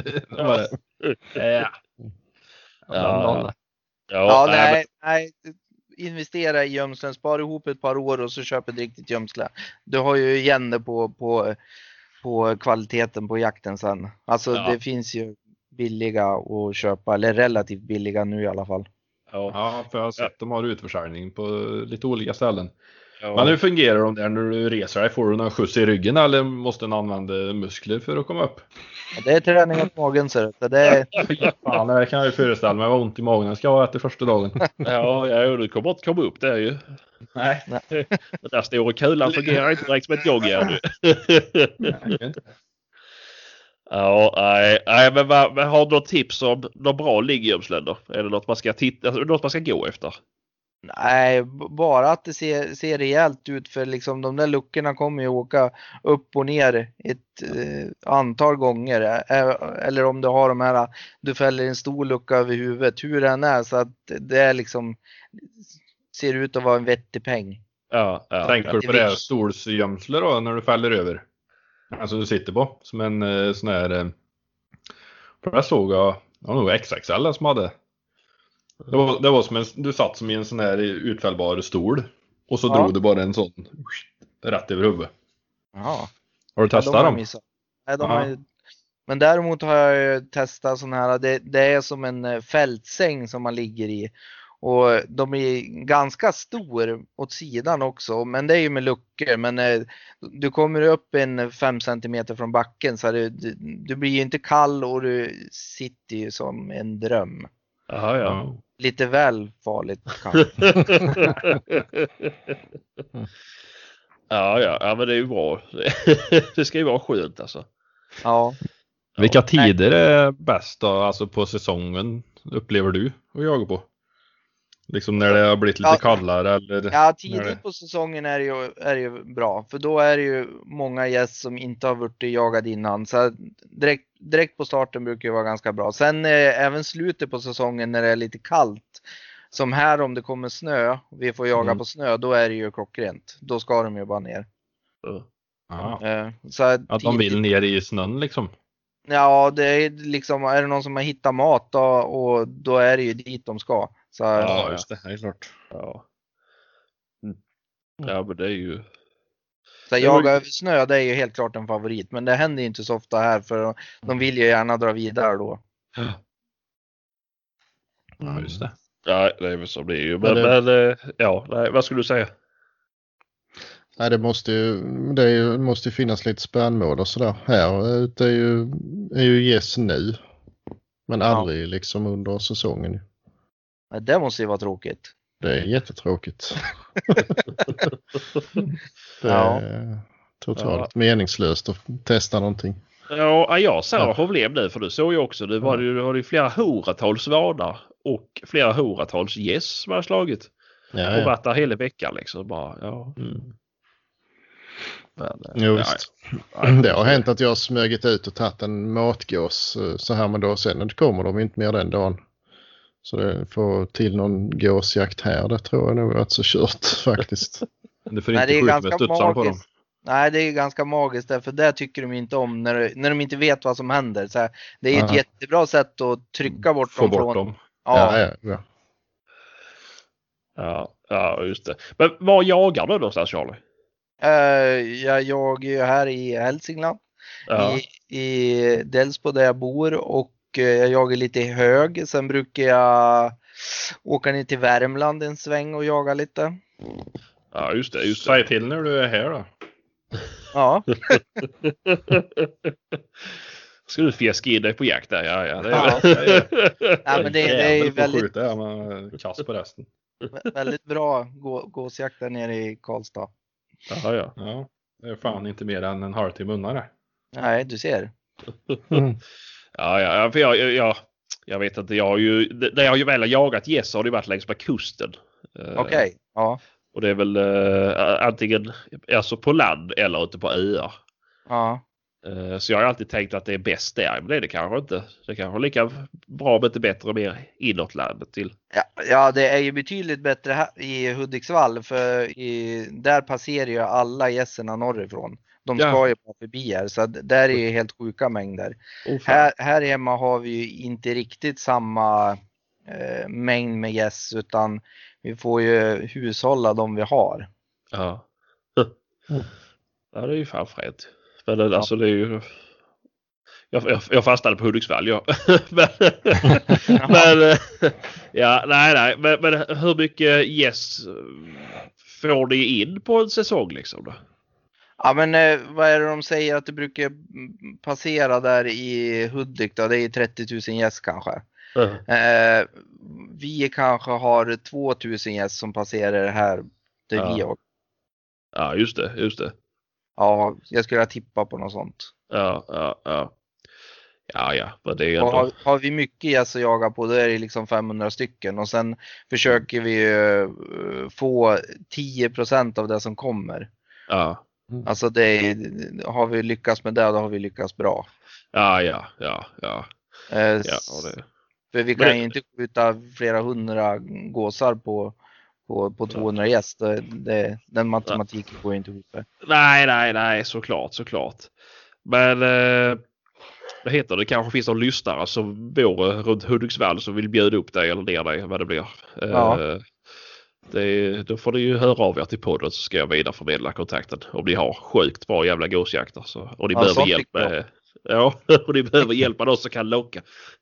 Nej. Investera i gömslen. Spara ihop ett par år och så köp ett riktigt gömsle. Du har ju igen det på kvaliteten på jakten sen. Alltså det finns ju billiga att köpa. Eller relativt billiga nu i alla fall. Ja, för jag har sett de har utförsäljning på lite olika ställen. Men hur fungerar de där när du reser dig? Får du någon skjuts i ryggen eller måste du använda muskler för att komma upp? Det är träning åt magen, så det fan, det kan jag ju föreställa mig vad ont i magen ska ha efter första dagen. Du kommer inte komma upp där ju. Nej. Den där stora kulan fungerar inte direkt som ett joggjärn. Ja, nej, men har du något tips om några bra ligggömslen då? Är det något man ska titta, alltså, något man ska gå efter? Nej, bara att det ser rejält ut, för liksom de där luckorna kommer ju åka upp och ner ett antal gånger. Eller om du har de här, du fäller en stor lucka över huvudet, hur den är, så att det är liksom ser ut att vara en vettig peng. Ja. Tänker du på det här stolsgömsle då när du fäller över? Alltså du sitter på som en sån här. För jag såg jag nog XXL som hade. Det var som du satt som i en sån här utfällbar stol. Och så drog du bara en sån rätt över huvudet. Ja. Har du testat dem? Nej, men däremot har jag ju testat sån här. Det är som en fältsäng som man ligger i. Och de är ganska stor åt sidan också. Men det är ju med luckor. Men du kommer upp en 5 centimeter från backen. Så du blir ju inte kall och du sitter ju som en dröm. Aha, ja. Lite väl farligt kanske. Ja, men det är ju bra. Det ska ju vara skönt alltså. Ja. Vilka tider är bäst då, alltså på säsongen upplever du att jaga på? Liksom när det har blivit lite kallare eller? Ja, tidigt på säsongen är det ju bra. För då är det ju många gäss som inte har varit jagad innan. Så direkt på starten brukar det vara ganska bra. Sen även slutet på säsongen när det är lite kallt. Som här om det kommer snö, vi får jaga på snö, då är det ju klockrent. Då ska de ju bara ner. Så att de vill ner i snön liksom? Ja, det är liksom, är det någon som har hittat mat då, och då är det ju dit de ska. Så, ja, just det är klart. Ja, men det är ju... Så jaga över snö, det är ju helt klart en favorit. Men det händer inte så ofta här, för de vill ju gärna dra vidare då. Ja, just det. Ja, det är väl så det är ju. Men vad skulle du säga? Nej, det måste ju finnas lite spänmål och sådär. Här ute är ju gäss nu. Men aldrig liksom under säsongen. Det måste ju vara tråkigt. Det är jättetråkigt. Det är totalt meningslöst att testa någonting. Ja, jag ser problem nu, för du såg ju också, det var ju flera hundratals vanar och flera hundratals gäss som har slagit. Och varit där hela veckan liksom. Bara, Men, just. Det har hänt att jag har smugit ut och tagit en matgås så här, men då sen kommer de inte mer den dagen. Så det får till någon gåsjakt här, det tror jag nog är så kört faktiskt. Du får inte skjuta med studsar på dem. Nej, det är ganska magiskt, för det tycker de inte om när de inte vet vad som händer. Så här, det är ett jättebra sätt att trycka bort dem från. Ja, just det. Men var jagar du någonstans, Charlie? Jag jagar ju här i Hälsingland. I Delsbo där jag bor, och jag jagar lite i Hög. Sen brukar jag åka ner till Värmland en sväng och jaga lite. Ja, just det. Säg till när du är här då. Ja. Ska du fjäska in dig på jakt där? Ja. Nej, men det är ju väldigt... Skjuta, man kast på resten. Väldigt bra gåsjakt där nere i Karlstad. Ja. Det är fan inte mer än en halvtimme undan det. Nej, du ser. Ja, för jag vet inte, när jag har ju väl jagat gäss har det varit längs med kusten. Okej, ja. Och det är väl antingen alltså på land eller ute på öar. Ja. Så jag har alltid tänkt att det är bäst där, men det är det kanske inte. Det kanske är lika bra, men inte bättre, mer inåt landet till. Ja, det är ju betydligt bättre här i Hudiksvall, för där passerar ju alla gässerna norrifrån. De ska ju bara förbi här, så där är ju helt sjuka mängder. Här hemma har vi ju inte riktigt samma mängd med gäss, utan vi får ju hushålla de vi har. Ja, det är ju fan fränt. Men alltså det är ju... Jag fastnade på Hudiksvall, men hur mycket gäss får ni in på en säsong liksom då? Ja, men vad är det de säger att det brukar passera där i Hudik då? Det är 30 000 gäss kanske. Vi kanske har 2000 gäss som passerar här där vi har. Ja, just det. Ja, jag skulle tippa på något sånt. Ja. Ja, men det är ju Och ändå... har vi mycket gäss att jaga på, då är det liksom 500 stycken. Och sen försöker vi få 10% av det som kommer. Ja. Alltså har vi lyckats med det, då har vi lyckats bra. Ja. För vi kan ju inte skjuta flera hundra gåsar på 200 gäss. Den matematiken går inte ihop. Nej, såklart. Men vad heter det? Kanske finns någon lyssnare som bor runt Hudiksvall som vill bjuda upp dig eller ner dig, vad det blir. Ja. Då får du ju höra av er till podden, så ska jag vidareförmedla kontakten om ni har sjukt bra jävla gåsjakter. Och ni behöver hjälp med... Ja, och ni behöver hjälp med oss som kan locka.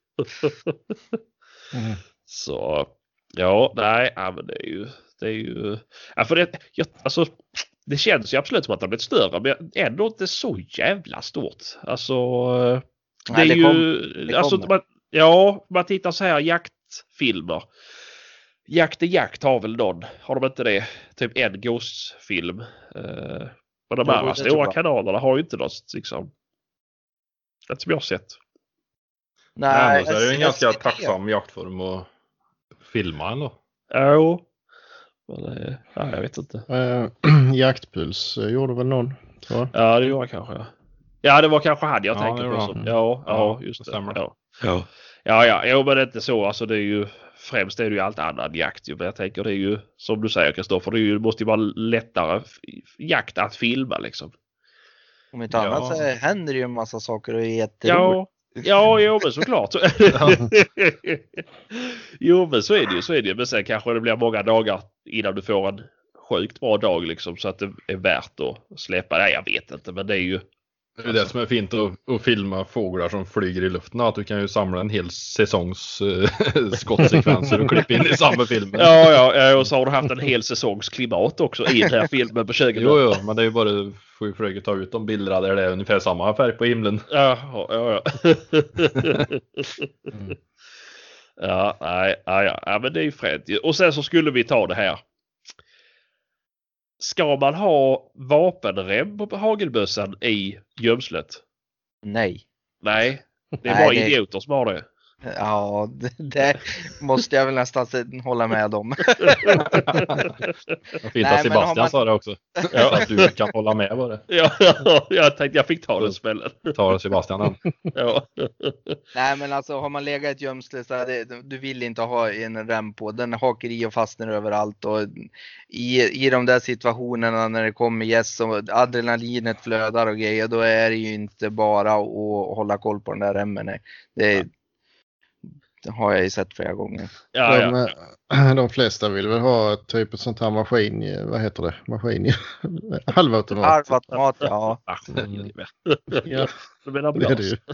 Så, men det är ju... Ja, för alltså, det känns ju absolut som att det har blivit större, men ändå inte så jävla stort. Alltså, det är ju... Alltså, man tittar så här, jaktfilmer. Jakt är jakt har väl någon. Har de inte det? Typ en gåsfilm. Och de andra stora kanalerna har ju inte något liksom. Det som jag har sett. Nej, så är det en ganska tacksam jaktform att filma ändå. Ja. Jag vet inte. Jaktpuls gjorde väl någon, tror jag. Ja, det gjorde jag kanske. Ja, det var kanske han jag tänker på. Ja, just det. Stämmer. Ja, men det är inte så. Alltså det är ju... Främst är det ju allt annat jakt. Men jag tänker det är ju, som du säger Kristoffer, det måste ju vara lättare jakt att filma liksom. Om inte annat så händer det ju en massa saker och är jätteroligt. Ja, men såklart. Jo, men så är det ju. Men sen kanske det blir många dagar innan du får en sjukt bra dag liksom, så att det är värt att släppa. Nej, jag vet inte, men det är ju... Det är det som är fint att filma fåglar som flyger i luften, att du kan ju samla en hel säsongs skottsekvenser och klippa in i samma film. Ja, och så har du haft en hel säsongs klimat också i den här filmen på 20 minuter. Jo, men det är ju bara får ju försöka ta ut de bilderna där det är ungefär samma färg på himlen. Ja. Ja, men det är ju fränt. Och sen så skulle vi ta det här. Ska man ha vapenrem på hagelbössan i gömslet? Nej. Det är bara idioter som har det. Ja, det måste jag väl nästan hålla med om. Fint att Sebastian sa det också. Ja, att du kan hålla med på det. Ja, jag tänkte jag fick ta den smällen. Tar Sebastian den. Ja. Nej, men alltså har man legat i ett gömsle så du vill inte ha en rem på. Den hakar i och fastnar överallt. Och i de där situationerna när det kommer gäss och adrenalinet flödar och grejer, då är det ju inte bara att hålla koll på den där remmen. Det har jag ju sett flera gånger. De flesta vill väl ha typ ett sånt här maskin, vad heter det? Maskin, halvautomat. Halvautomat, ja. Ja, det är det ju.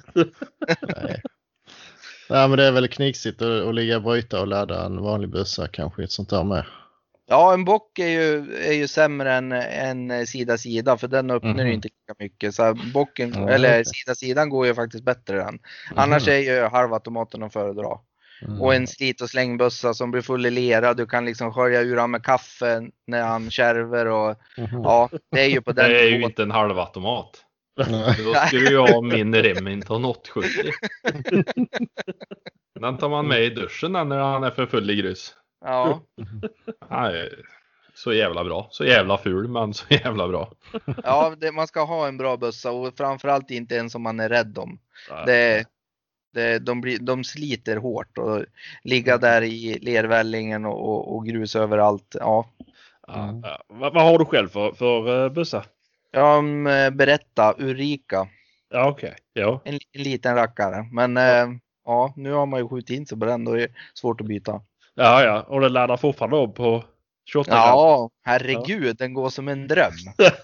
Nej, men det är väl knixigt att ligga och bryta och ladda en vanlig bössa kanske ett sånt där med. Ja, en bock är ju sämre än sida, för den öppnar ju inte lika mycket. Så bocken, eller sidan går ju faktiskt bättre än. Annars är ju halvautomaten att föredra. Och en slit- och slängbössa som blir full i lera. Du kan liksom skölja ur han med kaffe när han kärver. Och, ja, det är ju på den. Det är ju inte en halvautomat. Då skulle du ha min Remington 870. Den tar man med i duschen när han är för full i grus. Ja. Nej, så jävla bra. Så jävla ful, men så jävla bra. Ja, man ska ha en bra bössa och framförallt inte en som man är rädd om. De sliter hårt och ligga där i lervällingen och grus överallt. Ja. Vad har du själv för bössa? Ja, berätta, Urika. Ja, okej. Ja. En liten rackare. Men ja, nu har man ju skjutit in sig på den, då är det svårt att byta. Ja, och den laddar fortfarande om på 28 gram. Ja, herregud, den går som en dröm.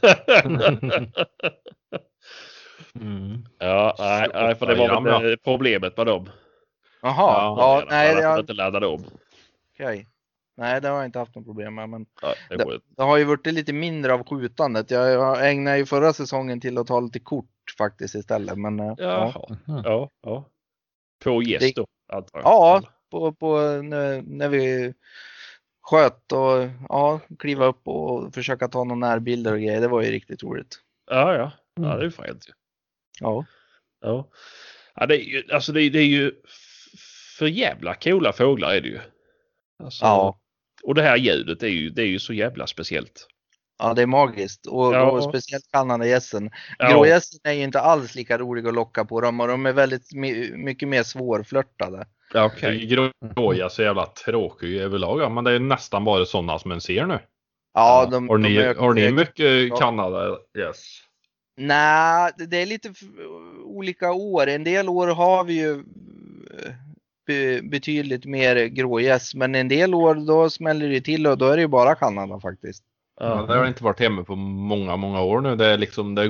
Ja, nej, för det var väl problemet med dem. Jaha, nej, jag inte laddade om. Okej. Nej, det har jag inte haft något problem med, men det har ju varit lite mindre av skjutandet. Jag ägnade ju förra säsongen till att ta lite kort faktiskt istället, men ja. På gäst då, antar jag. Ja, på när vi sköt och kliva upp och försöka ta några närbilder och grejer. Det var ju riktigt roligt. Ja, det är ju fränt ju. Ja. Ja, det är ju, alltså det är ju för jävla coola fåglar är det ju. Alltså, Ja. Och det här ljudet det är ju så jävla speciellt. Ja, det är magiskt. Och speciellt kanadagässen. Ja. Grågässen är ju inte alls lika rolig att locka på dem och de är väldigt mycket mer svårflörtade. Okej. Grågäss så jävla tråkig överlag. Ja, men det är nästan bara sådana som en ser nu. Ja, Har ni mycket kanadagäss? Nej, det är lite olika år. En del år har vi ju betydligt mer grågäss, men en del år då smäller det till och då är det ju bara Kanada faktiskt. Ja, det har inte varit hemma på många år nu. Det är liksom, det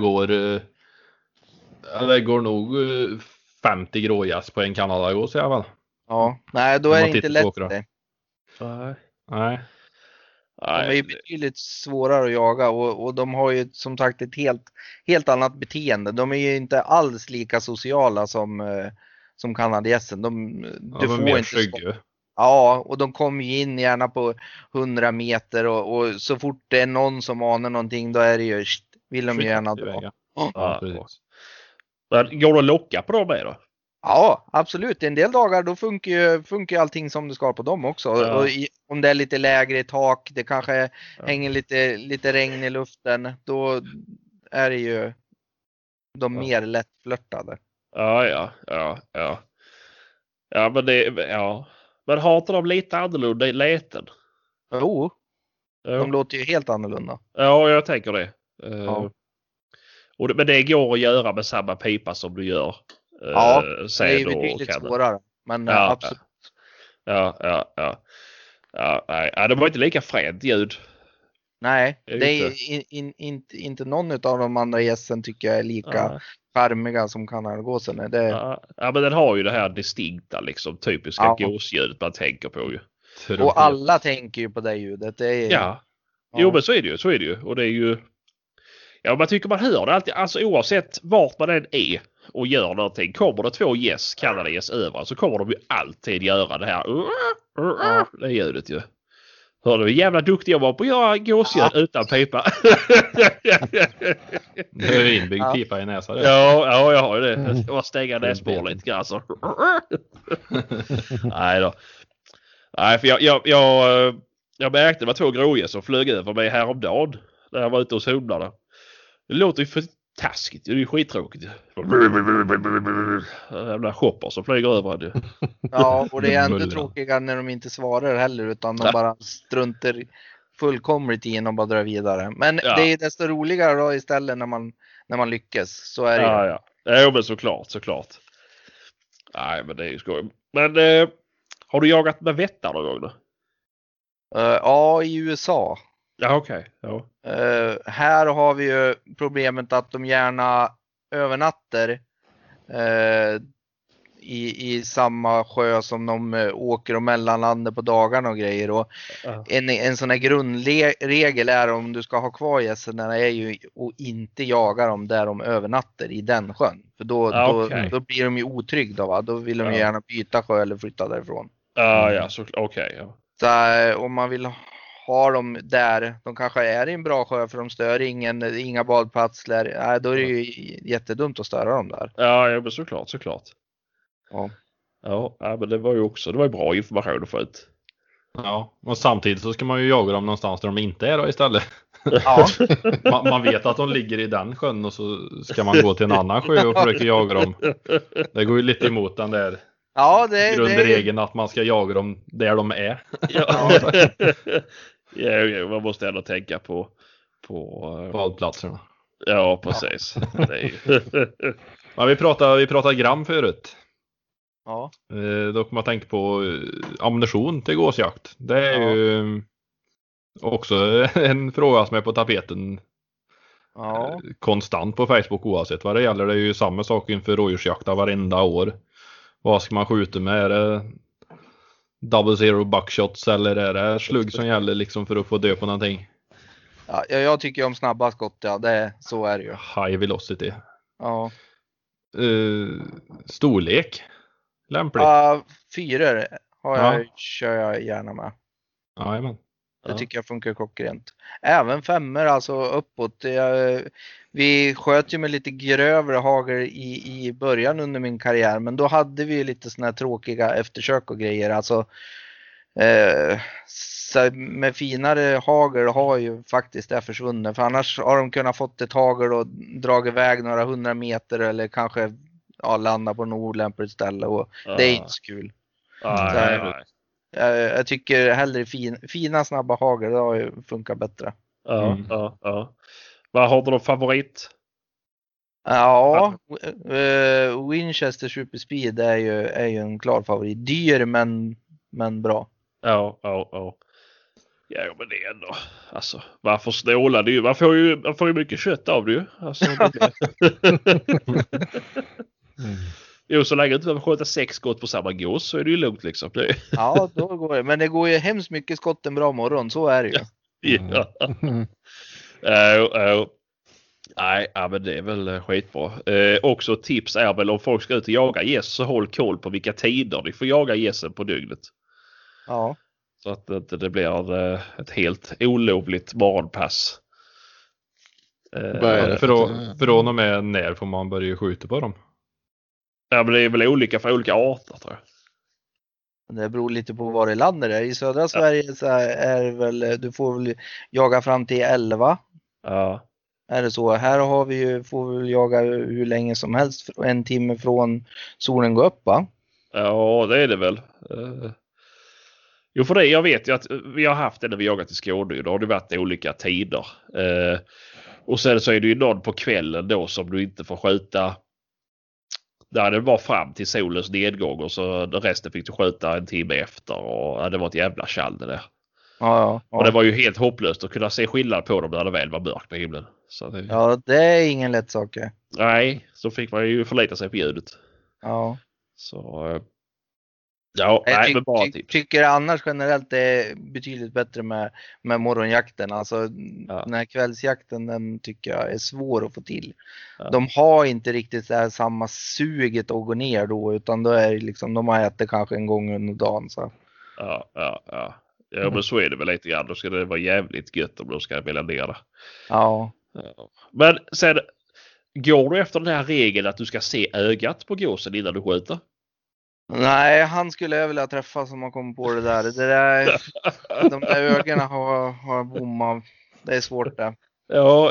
går nog 50 grågäss på en kanadagås i alla fall. Ja, nej då är det inte lätt det. Nej. De är ju betydligt svårare att jaga och de har ju som sagt ett helt annat beteende. De är ju inte alls lika sociala som kanadagässen. Du får mer inte skygga. Ja, och de kommer ju in gärna på 100 meter och så fort det är någon som anar någonting då är det ju vill de gärna dra. Ja, precis. Går det att locka på dem då? Ja, absolut. En del dagar då funkar allting som det ska på dem också. Ja. Och om det är lite lägre i tak, det kanske hänger lite regn i luften, då är det ju de mer lättflörtade. Ja, men Men har inte de lite annorlunda i läten? Jo, de låter ju helt annorlunda. Ja, jag tänker det. Ja. Men det går att göra med samma pipa som du gör. Ja, det är ju betydligt svårare. Men absolut. Ja, det var inte lika fränt ljud. Nej, det är inte någon av de andra gässen tycker jag är lika charmiga som kanadagåsen. Ja, men den har ju det här distinkta liksom typiska gåsljudet man tänker på ju. Och alla tänker ju på det ljudet. Det är, Jo, men så är det ju. Och det är ju man tycker man hör det alltid, alltså oavsett vart man än är och gör någonting, kommer det 2 gäss, kanadagäss över, så kommer de ju alltid göra det här det ljudet ju. Hör du, jävla duktig jag var på att göra gåsljud utan pipa. Det är ju inbyggd pipa i näsan. Ja, jag har ju det. Jag var stänga näsborr lite grann så. Nej då. Nej, för jag märkte det var 2 grågäss som flög över mig häromdagen när jag var ute hos humlarna. Det låter ju för taskigt. Det är ju skittråkigt. Jävla shopper som flyger över det. Ja, och det är inte tråkigare när de inte svarar heller utan de bara struntar fullkomligt i en och bara drar vidare. Men det är desto roligare då istället när man lyckas. Så är det. Ja, men såklart. Nej, men det är ju skoj. Men har du jagat med vättar någon gång då? Ja, i USA. Ja, okej. Ja. Här har vi ju problemet att de gärna övernattar i samma sjö som de åker och mellanlandar på dagarna och grejer. Och en sån här grundregel är om du ska ha kvar gässerna är ju att inte jaga dem där de övernattar i den sjön. För då blir de ju otrygga, va? Då vill de ju gärna byta sjö eller flytta därifrån. Så okej. Så om man vill ha dem där, de kanske är i en bra sjö för de stör inga badplatser, då är det ju jättedumt att störa dem där. Ja, men såklart. Ja, men det var ju bra information att få ut. Ja, och samtidigt så ska man ju jaga dem någonstans där de inte är då istället. Ja. man vet att de ligger i den sjön och så ska man gå till en annan sjö och försöka jaga dem. Det går ju lite emot den där grundregeln att man ska jaga dem där de är. Ja, man måste ändå tänka på badplatserna. Ja, precis. Det är ju... Vi pratade gram förut. Ja. Då kan man tänka på ammunition till gåsjakt. Det är ju också en fråga som är på tapeten konstant på Facebook oavsett vad det gäller. Det är ju samma sak inför rådjursjakta varenda år. Vad ska man skjuta med? Är det double zero buckshots eller är det slugg som gäller liksom för att få dö på någonting? Ja, jag tycker om snabba skott, så är det ju. High velocity. Ja. Storlek? Lämpligt? 4 kör jag gärna med. Jajamän. Det tycker jag funkar klockrent. Även 5 alltså uppåt. Vi sköt ju med lite grövre hagel i början under min karriär. Men då hade vi lite såna här tråkiga eftersök och grejer. Alltså så med finare hagel har ju faktiskt det försvunnit. För annars har de kunnat fått ett hagel och dragit iväg några 100 meter. Eller kanske landa på något olämpligt ställe. Och det är inte så kul. Nej. Jag tycker hellre fina snabba hagel, det har ju funkat bättre. Ja. Vad har du då favorit? Ja, Winchester Super Speed är ju en klar favorit. Dyr men bra. Ja, men det är ändå, alltså, varför snåla det ju? Man får ju mycket kött av det ju. Alltså, Jo, så länge du inte behöver skjuta 6 skott på samma gås så är det ju lugnt liksom. Ja, då går det. Men det går ju hemskt mycket skott en bra morgon, så är det ju. Nej, men det är väl skitbra. Också tips är väl om folk ska ut och jaga gäss så håll koll på vilka tider ni får jaga gässen på dygnet. Ja. Så att det blir ett helt olovligt morgonpass. Från och med när får man börja skjuta på dem? Ja, men det är väl olika för olika arter tror jag. Det beror lite på var i landet det är. I södra Sverige så är det väl, du får väl jaga fram till 11. Ja. Är det så? Här får vi jaga hur länge som helst. 1 timme från solen går upp, va? Ja, det är det väl. Jo, för det, jag vet ju att vi har haft det när vi jagat i Skåne. Då har det varit olika tider. Och sen så är det ju någon på kvällen då som du inte får skjuta. Där det var fram till solens nedgång och så resten fick du skjuta en timme efter. Och det var ett jävla tjall det där. Ja. Och det var ju helt hopplöst att kunna se skillnad på dem när det väl var mörkt på himlen. Så det... Ja, det är ingen lätt sak. Nej, så fick man ju förlita sig på ljudet. Ja. Så... Ja, jag tycker annars generellt det är betydligt bättre med morgonjakten. Alltså den här kvällsjakten, den tycker jag är svår att få till. Ja. De har inte riktigt så här samma suget att gå ner då, utan då är det liksom, de har ätit kanske en gång under dagen. Så. Ja, men så är det väl lite grann. Då ska det vara jävligt gött om de ska välja ner det. Ja. Men sen, går du efter den här regeln att du ska se ögat på gåsen innan du skjuter? Nej, han skulle jag vilja träffa som har kommit på det där. De där ögonen har bommat. Det är svårt det. Ja.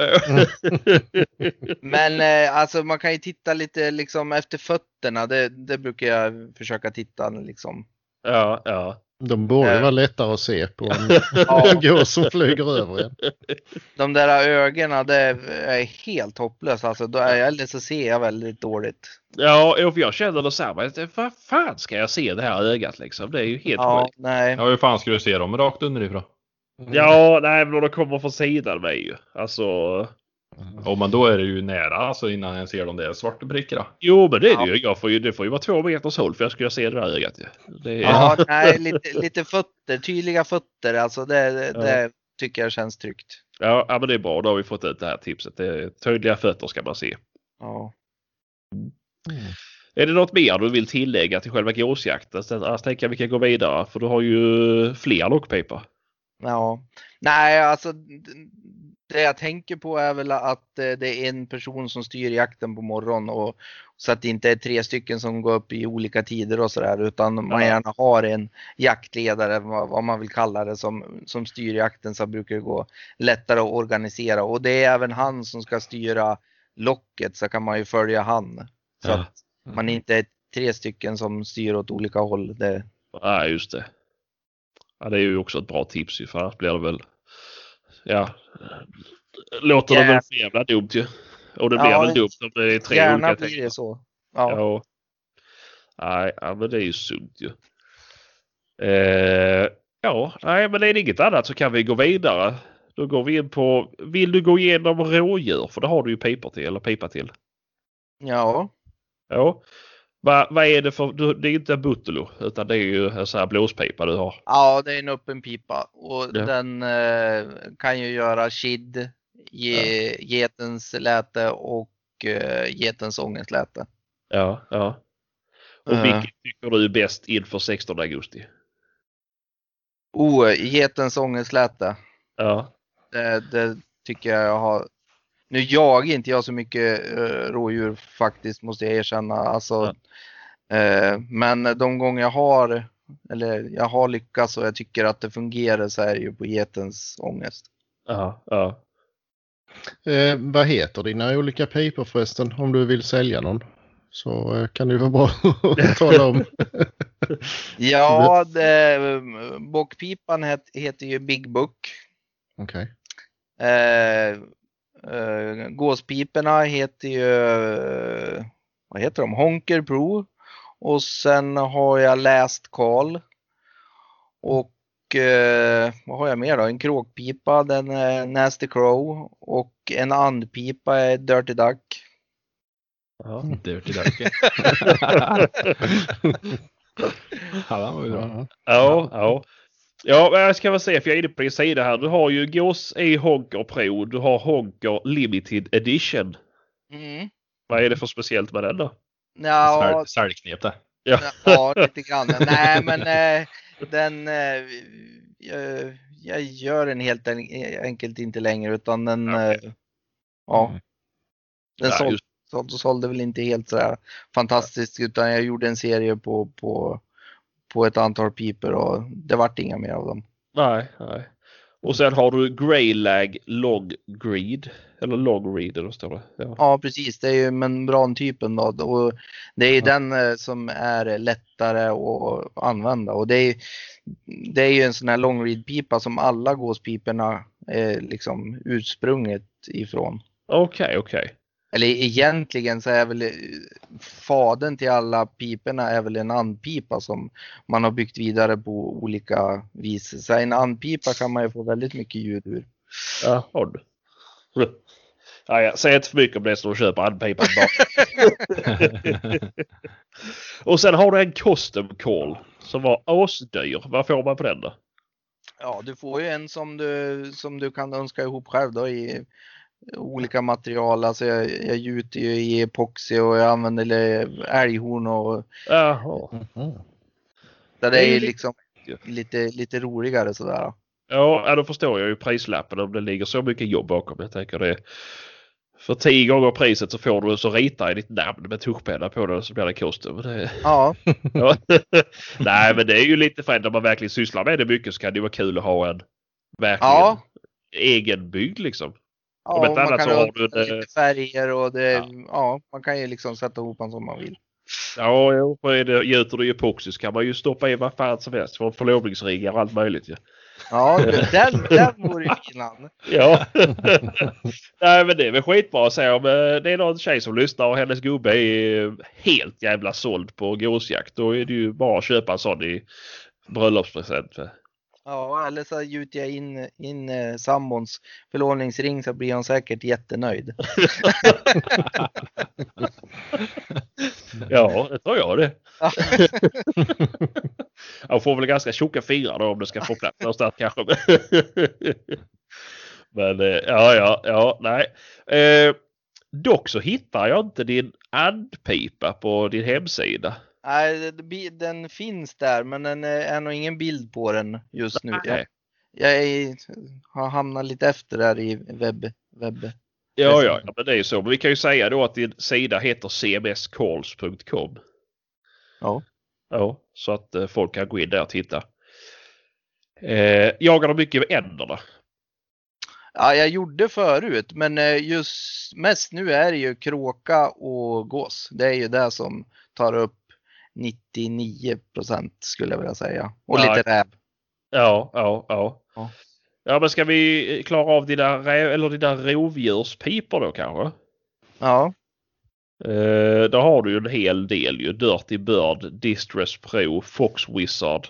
Men alltså man kan ju titta lite liksom efter fötterna. Det brukar jag försöka titta liksom. Ja. De borde vara lättare att se på en gås som flyger över igen. De där ögonen, det är helt hopplöst. Alltså, eller så ser jag väldigt dåligt. Ja, för jag känner det samma. Vad fan ska jag se det här ögat liksom? Det är ju helt sjukt. Nej. Ja, hur fan ska du se dem rakt underifrån? Ja, nej, men de kommer från sidan med ju. Alltså... men då är det ju nära alltså, innan jag ser de där svarta prickarna. Jo, men det är det ju. Det får ju vara 2 meters håll för jag skulle se det där ögat. Ja, nej, lite fötter, tydliga fötter. Alltså det tycker jag känns tryggt. Ja, men det är bra. Då har vi fått ut det här tipset. Det är tydliga fötter ska man se. Ja. Är det något mer du vill tillägga till själva gåsjakten? Jag tänker att vi kan gå vidare. För du har ju fler lockpipar. Ja. Nej, alltså det jag tänker på är väl att det är en person som styr jakten på morgonen. Och så att det inte är 3 stycken som går upp i olika tider och sådär. Utan man gärna har en jaktledare, vad man vill kalla det, som styr jakten, så brukar det gå lättare att organisera. Och det är även han som ska styra locket, så kan man ju följa han. Så att man inte är 3 stycken som styr åt olika håll. Ja, just det. Ja, det är ju också ett bra tips ju, för annars blir det väl... Ja, låter det väl så jävla dumt ju. Och det blir väl dumt om det är 3 gärna olika blir det så. Ja. Nej, men det är ju sunt ju. Nej, men det är inget annat så kan vi gå vidare. Då går vi in på, vill du gå igenom rådjur? För det har du ju pipa till. Ja. Ja. Vad är det för, det är inte en Buttolo utan det är ju en sån här blåspipa du har. Ja, det är en öppen pipa och den kan ju göra kid, getens läte och getens ångestläte. Ja. Och vilket tycker du är bäst inför 16 augusti? Getens ångestläte. Ja. Det tycker jag har. Nu jagar inte jag så mycket rådjur faktiskt, måste jag erkänna. Alltså, men de gånger jag har lyckats och jag tycker att det fungerar, så är det ju på getens ångest. Ja, ja. Vad heter dina olika pipor förresten? Om du vill sälja någon så kan det vara bra att tala om. Ja, bockpipan heter ju Big Book. Okej. Gåspiporna heter ju, vad heter de? Honker Pro. Och sen har jag läst Karl. Och vad har jag mer då? En kråkpipa, den är Nasty Crow. Och en andpipa är Dirty Duck. Ja, Dirty Duck. Ja, det var ju bra. Ja. Ja, men jag ska väl säga, för jag är inne på din sida här. Du har ju Gås i Honker Pro. Du har Honker Limited Edition. Mm. Vad är det för speciellt med den då? Ja, Säljknep det. ja, lite grann. Nej, men den jag gör den helt enkelt inte längre, utan den den sålde väl inte helt så här fantastiskt, utan jag gjorde en serie på ett antal piper och det vart inga mer av dem. Nej. Och sen har du Greylag Long Greed. Eller Long Read, eller står det? Ja, precis. Det är ju membrantypen då. Och det är ju den som är lättare att använda. Och det är ju en sån här long read pipa som alla gåspiporna är liksom ursprunget ifrån. Okej. Eller egentligen så är väl fadern till alla piporna är väl en andpipa som man har byggt vidare på olika vis. Så en andpipa kan man ju få väldigt mycket ljud ur. Ja, har du. Ja, säg inte för mycket om det så du köper andpipan bara. Och sen har du en custom call som var asdyr. Vad får man på den då? Ja, du får ju en som du kan önska ihop själv då i olika material. Alltså jag gjuter ju i epoxy och jag använder älghorn och där det är liksom lite roligare sådär. Ja, då förstår jag ju prislappen om det ligger så mycket jobb bakom. Jag tänker det. För 10 gånger priset så får du så rita i ditt namn med tuschpenna på det, så blir det custom. Ja. Nej, men det är ju lite fränt om man verkligen sysslar med det mycket, så kan det vara kul att ha en verkligen egen byggd liksom. Ja, om ett annat så har du lite färger och man kan ju liksom sätta ihop en som man vill. Ja, gjuter du epoxy så kan man ju stoppa i vad fan som helst. För förlovningsringar och allt möjligt. Ja, den vore ju finan. Ja. Nej, men det är väl skitbra att säga om det är någon tjej som lyssnar och hennes gubbe är helt jävla såld på gåsjakt. Då är det ju bara att köpa en sån i bröllopspresent. Ja, eller så gjuter jag in sambons förlovningsring så blir hon säkert jättenöjd. Ja, det tror jag det. Jag får väl ganska tjocka fingrar då om det ska få plats någonstans kanske. Men nej. Dock så hittar jag inte din andpipa på din hemsida. Nej, den finns där, men den är nog ingen bild på den just nu. Jag har hamnat lite efter där i webb. Ja, men det är ju så. Men vi kan ju säga då att din sida heter cmscalls.com. Ja. Ja, så att folk kan gå in där och titta. Jagar du mycket med änderna? Ja, jag gjorde förut, men just mest nu är det ju kråka och gås. Det är ju det som tar upp 99% skulle jag vilja säga. Och lite räv. Ja, men ska vi klara av dina rovdjurspipor då kanske? Ja. Då har du ju en hel del ju. Dirty Bird, Distress Pro, Fox Wizard.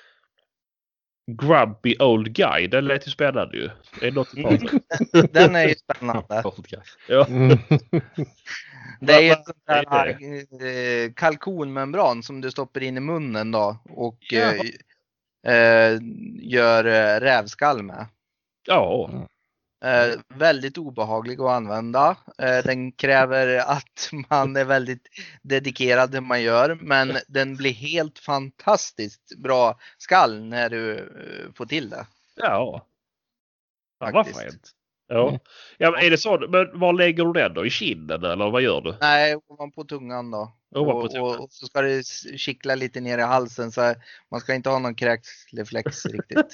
Grumpy Old Guy, den lät ju spännande ju. Det är något Den är ju spännande. Ja. Det är ett sånt här kalkonmembran som du stoppar in i munnen då och gör rävskall med. Ja. Väldigt obehaglig att använda. Den kräver att man är väldigt dedikerad det man gör. Men den blir helt fantastiskt bra skall när du får till det. Ja. Ja, vad Faktiskt. fint. Ja. Ja, men är det så? Men var lägger du den då? I kinden eller vad gör du? Nej, ovanpå tungan då. Ovanpå tungan. Och så ska det kittla lite ner i halsen. Så man ska inte ha någon kräksreflex riktigt.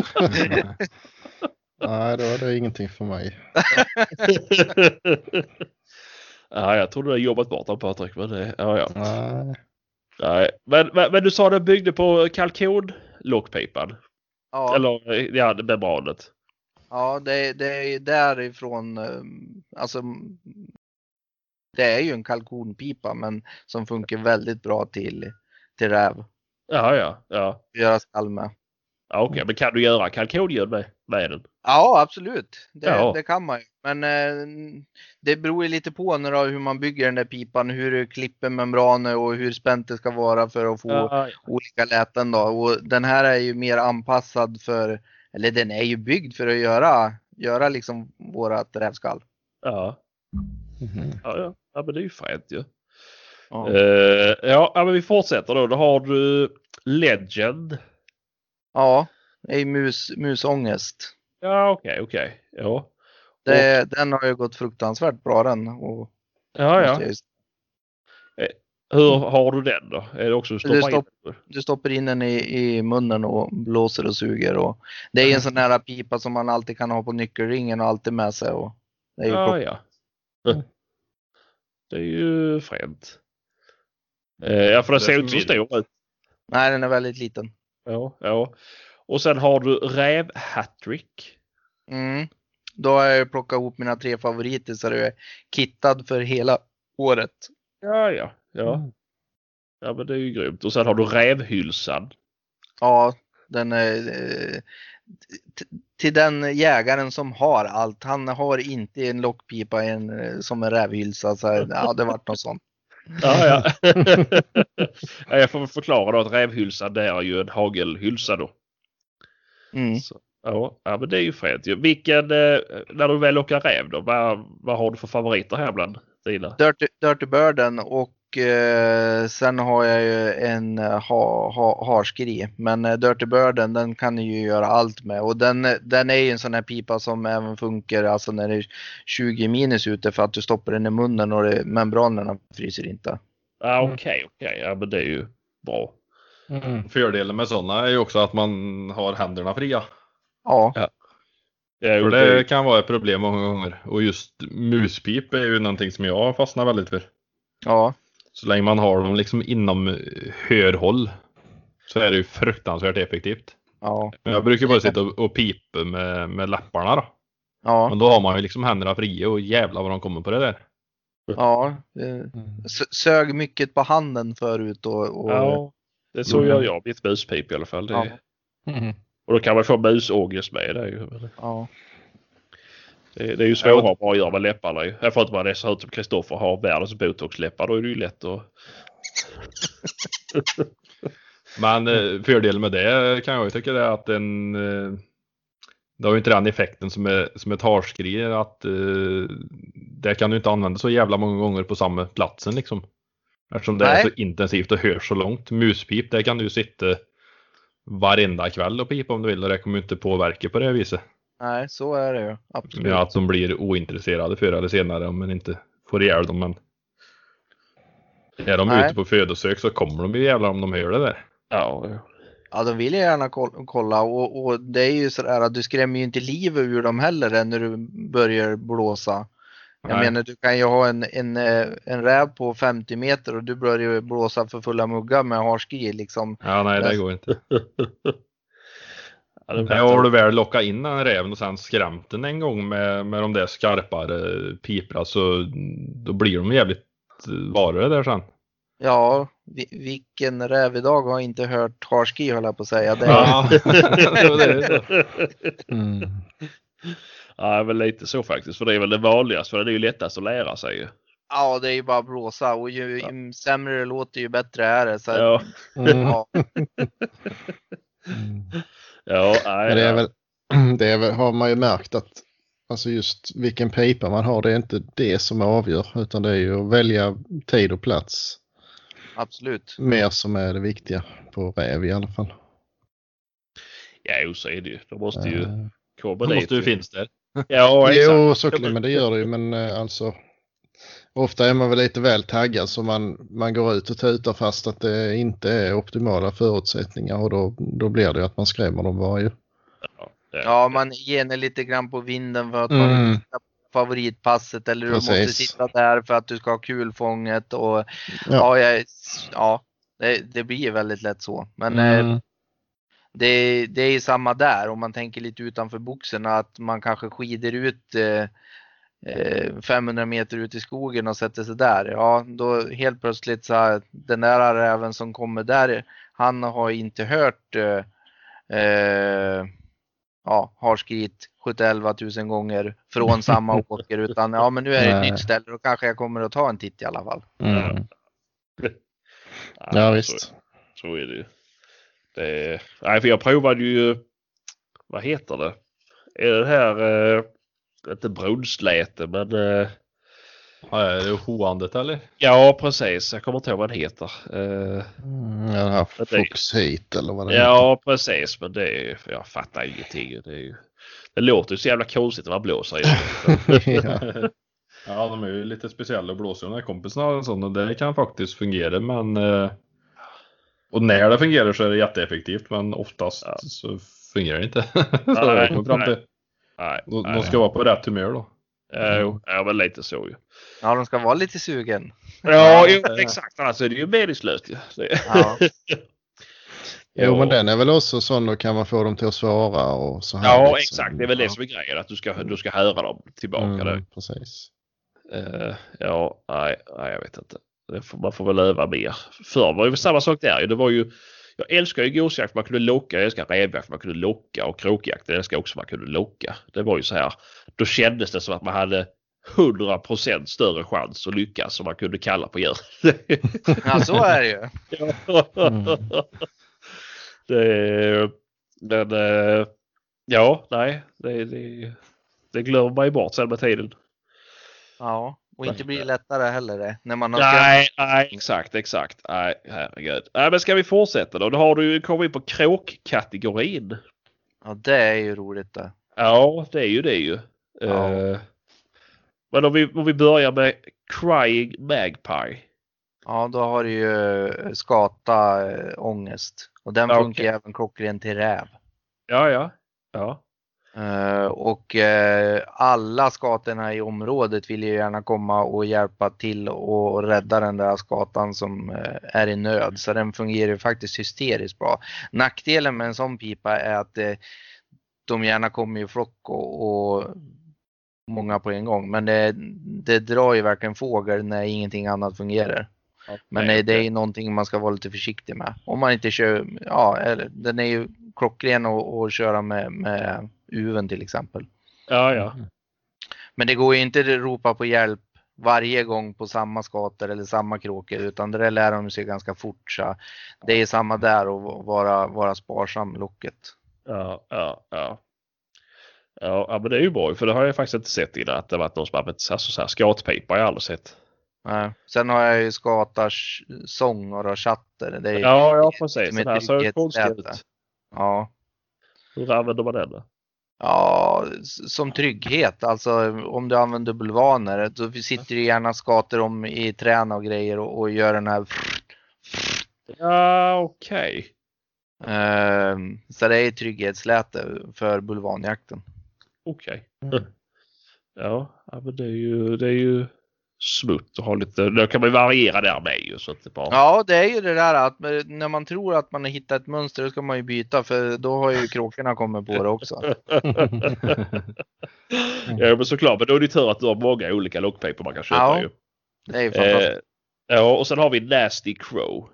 Nej, då är det ingenting för mig. Ja, jag trodde du hade jobbat bort den, Patrik. Men det, ja. Nej. Nej. Men du sa att den byggde på kalkonlockpipan. Ja. Eller ja, det membranet. Ja, det är därifrån, alltså det är ju en kalkonpipa men som funkar väldigt bra till räv. Ja. Göra skall med. Ja, okej. Men kan du göra kalkonljud med den? Ja, absolut. Ja. Det kan man ju. Men det beror ju lite på hur man bygger den där pipan, hur du klipper membraner och hur spänt det ska vara för att få olika läten då. Och den här är ju mer anpassad för, eller den är ju byggd för att göra liksom vårat rävskall. Ja. Mhm. Ja, men det är ju fränt ju. Ja. Ja, men vi fortsätter då. Då har du Legend. Ja, det är musångest. Ja, okej. Ja. Den har ju gått fruktansvärt bra den. Och Ja. Hur har du den då? Är det också du stoppar in den i munnen och blåser och suger. Och det är en sån här pipa som man alltid kan ha på nyckelringen och alltid med sig. Och det är ju ja. Det är ju fränt. Ja, för det ser inte så stor ut. Nej, den är väldigt liten. Ja. Och sen har du Räv Hattrick. Då har jag plockat ihop mina 3 favoriter så det är kittad för hela året. Ja. Ja, men det är ju grymt. Och sen har du Rävhylsan. Ja, den är till den jägaren som har allt. Han har inte en lockpipa som en rävhylsa. Så ja, det vart något sånt. Ja. Jag får förklara då att rävhylsan det är ju en hagelhylsa då. Så, ja, men det är ju fränt. Vilken, när du väl lockar räv då, vad har du för favoriter här bland dina? Dirty Birden och sen har jag ju en harskri. Men Dirty Birden den kan ju göra allt med. Och den är ju en sån här pipa som även funkar alltså när det är 20 minus ute för att du stoppar den i munnen och membranerna fryser inte. Ja, okej. Ja, men det är ju bra. Fördelen med sådana är ju också att man har händerna fria. Ja. För det kan vara ett problem många gånger. Och just muspip är ju någonting som jag fastnar väldigt för. Ja. Så länge man har dem liksom inom hörhåll så är det ju fruktansvärt effektivt. Ja. Jag brukar bara sitta och pipa med läpparna då. Ja. Men då har man ju liksom händerna fria och jävlar vad de kommer på det där. Ja. Sög mycket på handen förut. Och... Ja, det så gör jag mitt muspip i alla fall. Ja. Och då kan man få musångest med det ju. Ja. Det är ju svårare att bara göra med läpparna ju. Jag får inte bara det så ut som Kristoffer har världens botoxläppar. Då är det ju lätt att... Men fördelen med det kan jag ju tycka är att det har ju inte den effekten som ett harskri att det kan du inte använda så jävla många gånger på samma platsen liksom. Eftersom det är så intensivt och hörs så långt. Muspip, där kan du sitta varenda kväll och pipa om du vill och det kommer inte påverka på det viset. Nej, så är det ju. Absolut. Ja, att de blir ointresserade förr eller senare om man inte får ihjäl dem. Men är de ute på födosök så kommer de ju jävlar om de hör det där. Ja, de vill ju gärna kolla och det är ju sådär att du skrämmer ju inte livet ur dem heller när du börjar blåsa. Jag menar, du kan ju ha en räv på 50 meter och du börjar blåsa för fulla muggar med harskri liksom. Ja, nej, det går inte. Har du väl lockat in den räven och sen skrämt den en gång med de där skarpare piporna så då blir de jävligt varare där sen. Ja, vilken räv idag har inte hört harskri höll jag på att säga. Det ja, det är så. Ja, väl lite så faktiskt. För det är väl det vanligaste. För det är ju lättast att lära sig ju. Ja, det är ju bara att blåsa. Och ju sämre det låter ju bättre är det. Så ja. Ja. Nej, men det är väl har man ju märkt att alltså just vilken pipa man har, det är inte det som avgör, utan det är ju att välja tid och plats. Absolut. Mer som är det viktiga på räv i alla fall. Ja, så är det ju. De måste ju komma Då dit. måste ju finnas där. Ja, exakt. Jo, såklart, men det gör det ju. Men alltså, ofta är man väl lite väl taggad så man går ut och tutar fast att det inte är optimala förutsättningar och då blir det att man skrämmer dem bara ju. Ja, man ger lite grann på vinden för att man vill hitta favoritpasset eller du måste sitta där för att du ska ha kulfånget och det blir väldigt lätt så. Men det är ju samma där om man tänker lite utanför boxen att man kanske skidar ut 500 meter ut i skogen och sätter sig där. Ja, då helt plötsligt så här, den där räven som kommer där, han har inte hört har skrivit 11 000 gånger från samma åker utan men nu är det ett nytt ställe och kanske jag kommer att ta en titt i alla fall. Ja, visst. Så är det ju. Nej, för jag provade ju, vad heter det? Är det här inte brunnsläte men är det hoandet eller? Ja, precis. Jag kommer inte ihåg vad det heter. Det här foxhit eller vad det heter. Ja, precis. Men det är, jag fattar ingenting. Det låter ju så jävla konstigt när man blåser i det. Ja, de är ju lite speciella att blåsa de här kompisarna och sånt, och det kan faktiskt fungera, men och när det fungerar så är det jätteeffektivt, men oftast så fungerar det inte. De ska vara på rätt humör då. Ja, men lite så ju. Ja, de ska vara lite sugen. Ja, exakt. Alltså är det ju meningslöst. Ja. Jo, men den är väl också sån, då kan man få dem till att svara och så här. Ja, liksom. exakt. Det är väl det som är grejen, att du ska höra dem tillbaka där. Precis. Nej, jag vet inte. Man får väl öva mer. Förr var ju samma sak där. Det var ju, jag älskar ju gåsjakt, man kunde locka. Jag älskar rävjakt, man kunde locka. Och kråkjakt, jag älskar också man kunde locka. Det var ju så här. Då kändes det som att man hade 100% större chans att lyckas om man kunde kalla på djur. Ja, så är det ju. Det glömmer man ju bort sen med tiden. Ja, och inte blir det lättare heller det. När man har nej, exakt. Nej, herregud. Nej, men ska vi fortsätta då? Då har du ju kommit in på kråkkategorin. Ja, det är ju roligt det. Ja, det är ju det ju. Ja. Men om vi börjar med Crying Magpie. Ja, då har du ju skata ångest. Och den funkar ju även klockrent till räv. Ja. Och alla skatorna i området vill ju gärna komma och hjälpa till och rädda den där skatan som är i nöd. Så den fungerar ju faktiskt hysteriskt bra. Nackdelen med en sån pipa är att de gärna kommer i flock och många på en gång. Men det drar ju verkligen fågel när ingenting annat fungerar. Men det är ju någonting man ska vara lite försiktig med. Om man inte kör, den är ju klockren att köra med uven till exempel. Ja. Men det går ju inte att ropa på hjälp varje gång på samma skator eller samma kråkor, utan det lär de sig ganska fort. Så det är samma där och vara sparsam locket. Ja, men det är ju bra, för det har jag faktiskt inte sett innan att det varit någon som använt så här skatpipa. Jag har aldrig sett. Nej. Sen har jag ju skatars sånger och chatter. Det är ja, precis. Den här så konstigt ut. Ja. Hur använder man den då? Ja, som trygghet. Alltså om du använder bulvaner, då sitter du gärna skator om i trän och grejer och gör den här. Ja, okej. Så det är trygghetsläte för bulvanjakten. Okej. Ja, men det är ju smutt och ha lite, då kan man variera där med ju så att det bara... Ja, det är ju det där att när man tror att man har hittat ett mönster, då ska man ju byta, för då har ju kråkorna kommit på det också. Ja, men såklart, men då är det tur att du har många olika lockpipor man kan köpa ju. Det är ju fantastiskt. Ja, och sen har vi Nasty Crow.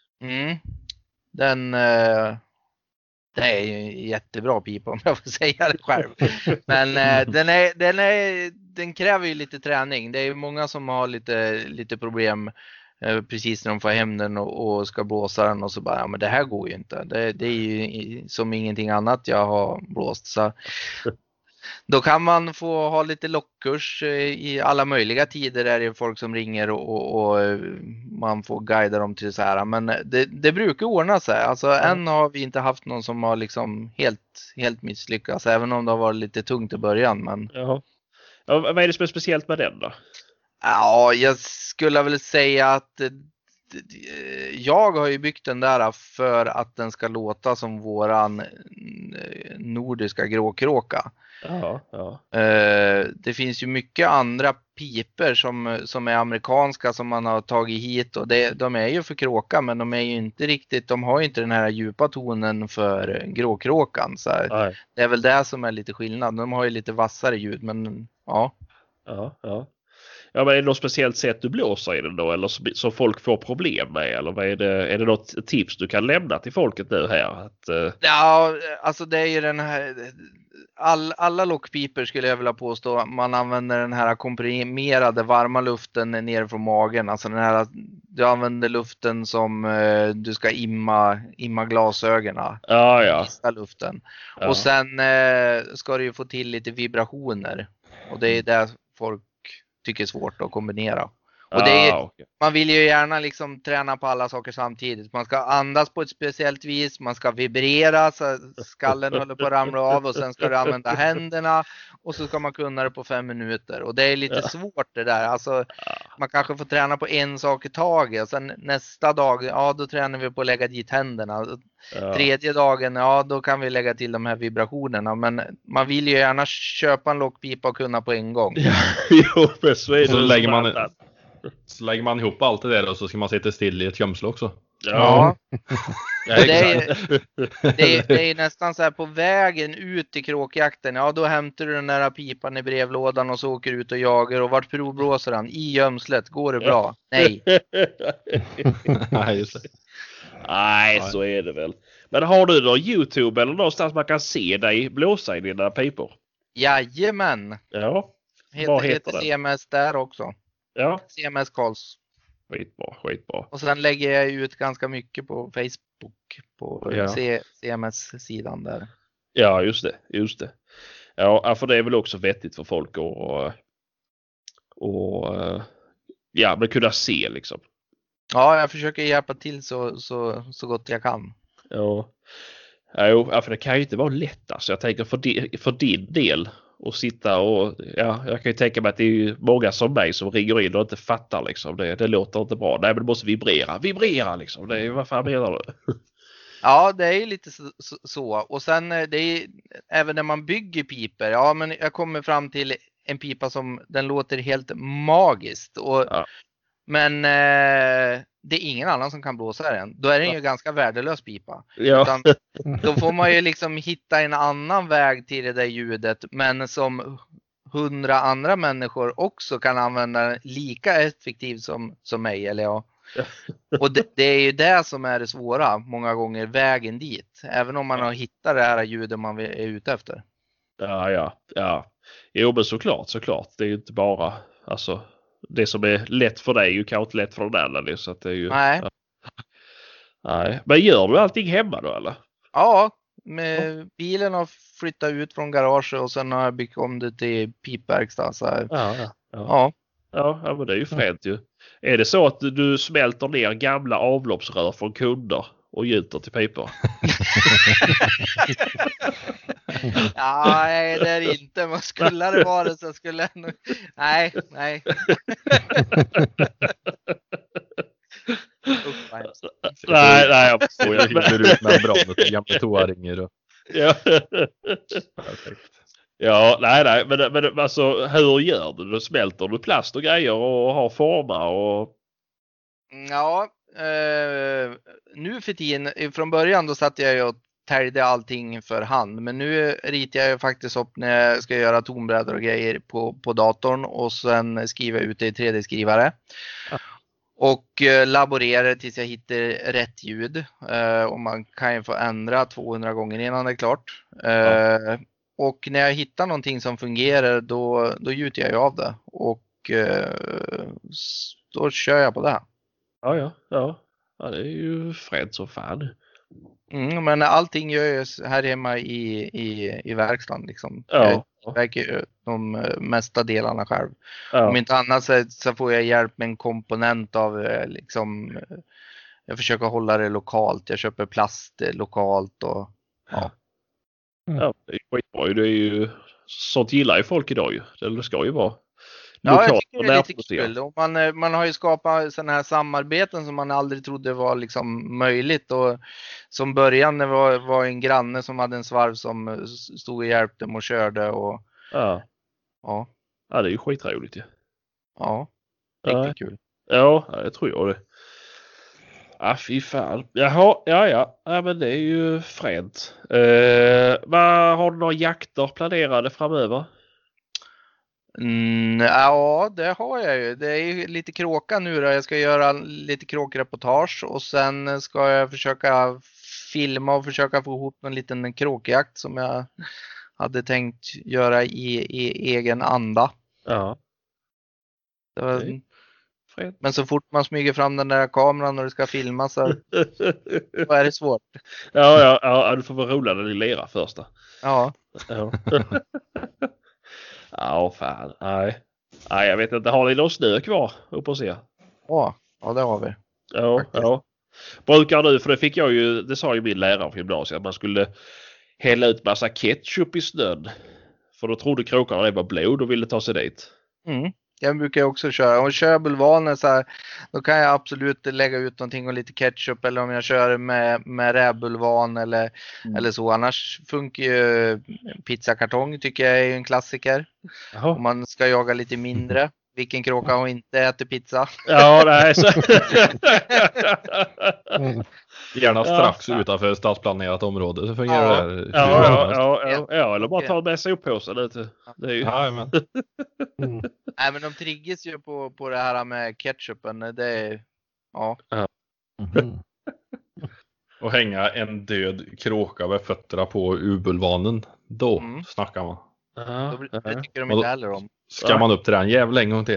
Det är ju en jättebra pipa om jag får säga det själv. Men den kräver ju lite träning. Det är ju många som har lite problem precis när de får hem den och ska blåsa den och så bara, men det här går ju inte. Det är ju som ingenting annat jag har blåst. Så Då kan man få ha lite lockkurs i alla möjliga tider. Är det folk som ringer och man får guida dem till så här. Men det brukar ordna sig. Alltså än har vi inte haft någon som har liksom helt misslyckats. Även om det har varit lite tungt i början. Men... Ja, vad är det som är speciellt med den då? Ja, jag skulle väl säga att jag har ju byggt den där för att den ska låta som våran nordiska gråkråka. Ja. Det finns ju mycket andra piper som är amerikanska som man har tagit hit och de är ju för kråka, men de är ju inte riktigt, de har ju inte den här djupa tonen för gråkråkan. Så det är väl det som är lite skillnad. De har ju lite vassare ljud, men ja. Ja, men är det något speciellt sätt du blåser i den då, eller så folk får problem med, eller vad är det något tips du kan lämna till folket nu här? Ja, alltså det är ju den här, alla lockpiper skulle jag vilja påstå, man använder den här komprimerade varma luften ner från magen, alltså den här, du använder luften som du ska imma glasögonen. Ja. Luften. Ja. Och sen ska du ju få till lite vibrationer, och det är det folk tycker är svårt att kombinera. Och det är, man vill ju gärna liksom träna på alla saker samtidigt. Man ska andas på ett speciellt vis, man ska vibrera så skallen håller på att ramla av, och sen ska du använda händerna och så ska man kunna det på 5 minuter. Och det är lite svårt det där. Alltså, man kanske får träna på en sak i taget, och sen nästa dag, då tränar vi på att lägga dit händerna. Tredje dagen, då kan vi lägga till de här vibrationerna. Men man vill ju gärna köpa en lockpipa och kunna på en gång. Jo, men så är det. Så lägger man ihop allt det där och så ska man sitta still i ett gömsle också. Ja. Det är nästan så här på vägen ut till kråkjakten. Ja, då hämtar du den där pipan i brevlådan och så åker ut och jagar. Och vart provblåser han? I gömslet. Går det bra? Nej. Nej, så är det väl. Men har du då YouTube eller någonstans man kan se dig blåsa i dina pipor? Jajamän. Ja. Vad heter det? CMS där också. Ja. CMS Karls. Skitbra. Och sen lägger jag ut ganska mycket på Facebook på CMS-sidan där. Ja, just det. Ja, för det är väl också vettigt för folk att kunna se liksom. Ja, jag försöker hjälpa till så gott jag kan. Ja, för det kan ju inte vara lätt alltså. Jag tänker för din del att sitta och jag kan ju tänka mig att det är ju många som mig som ringer in och inte fattar liksom. Det låter inte bra. Nej, men det måste vibrera liksom. Det är vad fan menar du? Ja, det är ju lite så. Och sen det är även när man bygger piper. Ja, men jag kommer fram till en pipa som den låter helt magiskt. Men det är ingen annan som kan blåsa den. Då är den ju ganska värdelös pipa. Ja. Utan, då får man ju liksom hitta en annan väg till det där ljudet. Men som 100 andra människor också kan använda den lika effektivt som mig eller jag. Och det är ju det som är det svåra många gånger, vägen dit. Även om man har hittat det här ljudet man är ute efter. Ja. Jo, men såklart. Det är ju inte bara, alltså, det som är lätt för dig är ju kanske inte lätt för den andra. Så att det är ju, Nej. Nej. Men gör du allting hemma då eller? Ja, med bilen har flyttat ut från garaget och sen har jag byggt om det till pipverkstad. Så här. Ja, men det är ju fränt ju. Är det så att du smälter ner gamla avloppsrör från kunder och gjuter till pipor? Nej, det är inte. Man skulle det vara så skulle jag nog... Nej. Nej, jag förstår. Jag hyller ut membranet och gamla toaringar. Och... Ja. Perfekt. Ja, nej. Men alltså, hur gör du? Smälter du plast och grejer och har formar och... Ja, nu för tiden, från början då satt jag och täljde allting för hand. Men nu ritar jag faktiskt upp när jag ska göra tonbrädor och grejer på datorn. Och sen skriver jag ut det i 3D-skrivare. Och laborerar tills jag hittar rätt ljud. Och man kan ju få ändra 200 gånger innan det är klart. Och när jag hittar någonting som fungerar då gjuter jag av det. Och då kör jag på det. Ja, det är ju fränt som fan. Men allting gör jag här hemma i verkstaden liksom. Ja. Jag väger de mesta delarna själv. Ja. Om inte annat så får jag hjälp med en komponent av liksom, jag försöker hålla det lokalt. Jag köper plast lokalt och ja. Ja, det är skitbra. Det är ju, sånt gillar ju folk idag ju. Det ska ju vara. Ja, jag tycker det är lite kul. Och man har ju skapat sådana här samarbeten som man aldrig trodde var liksom möjligt. Och som början det var en granne som hade en svarv som stod och hjälpte dem och körde. Och, ja, det är ju skitroligt ju. Ja, riktigt kul. Ja, det tror jag det. Fy fan. Jaha, ja. Men det är ju fränt. Vad har du några jakter planerade framöver? Ja, det har jag ju. Det är ju lite kråka nu då. Jag ska göra lite kråkreportage och sen ska jag försöka filma och försöka få ihop en liten kråkjakt som jag hade tänkt göra i egen anda. Ja. Men så fort man smyger fram den där kameran och det ska filmas så är det svårt. Ja, du får väl rulla den i lera först då. Ja. Ja, fan. Nej, jag vet inte. Har ni någon snö kvar upp och se? Ja, det har vi. Ja. Brukar du, för det fick jag ju, det sa ju min lärare på gymnasiet, att man skulle hälla ut massa ketchup i snön. För då trodde kråkorna det var blod och ville ta sig dit. Jag brukar också köra. Om jag kör bulvaner så här, då kan jag absolut lägga ut någonting och lite ketchup. Eller om jag kör med rävbulvan eller så. Annars funkar ju pizzakartong tycker jag är en klassiker. Jaha. Om man ska jaga lite mindre. Vilken kråka har inte ätit pizza? Ja, nej så. Gärna strax utanför stadsplanerat område så fungerar det. Ja, eller bara ta med soppåsen lite. Det är ju... Nej, men de triggas ju på det här med ketchupen. Det är Och hänga en död kråka med fötterna på ubulvanen. Då snackar man. Det tycker de inte heller om. Ska man upp till den jävla en gång till?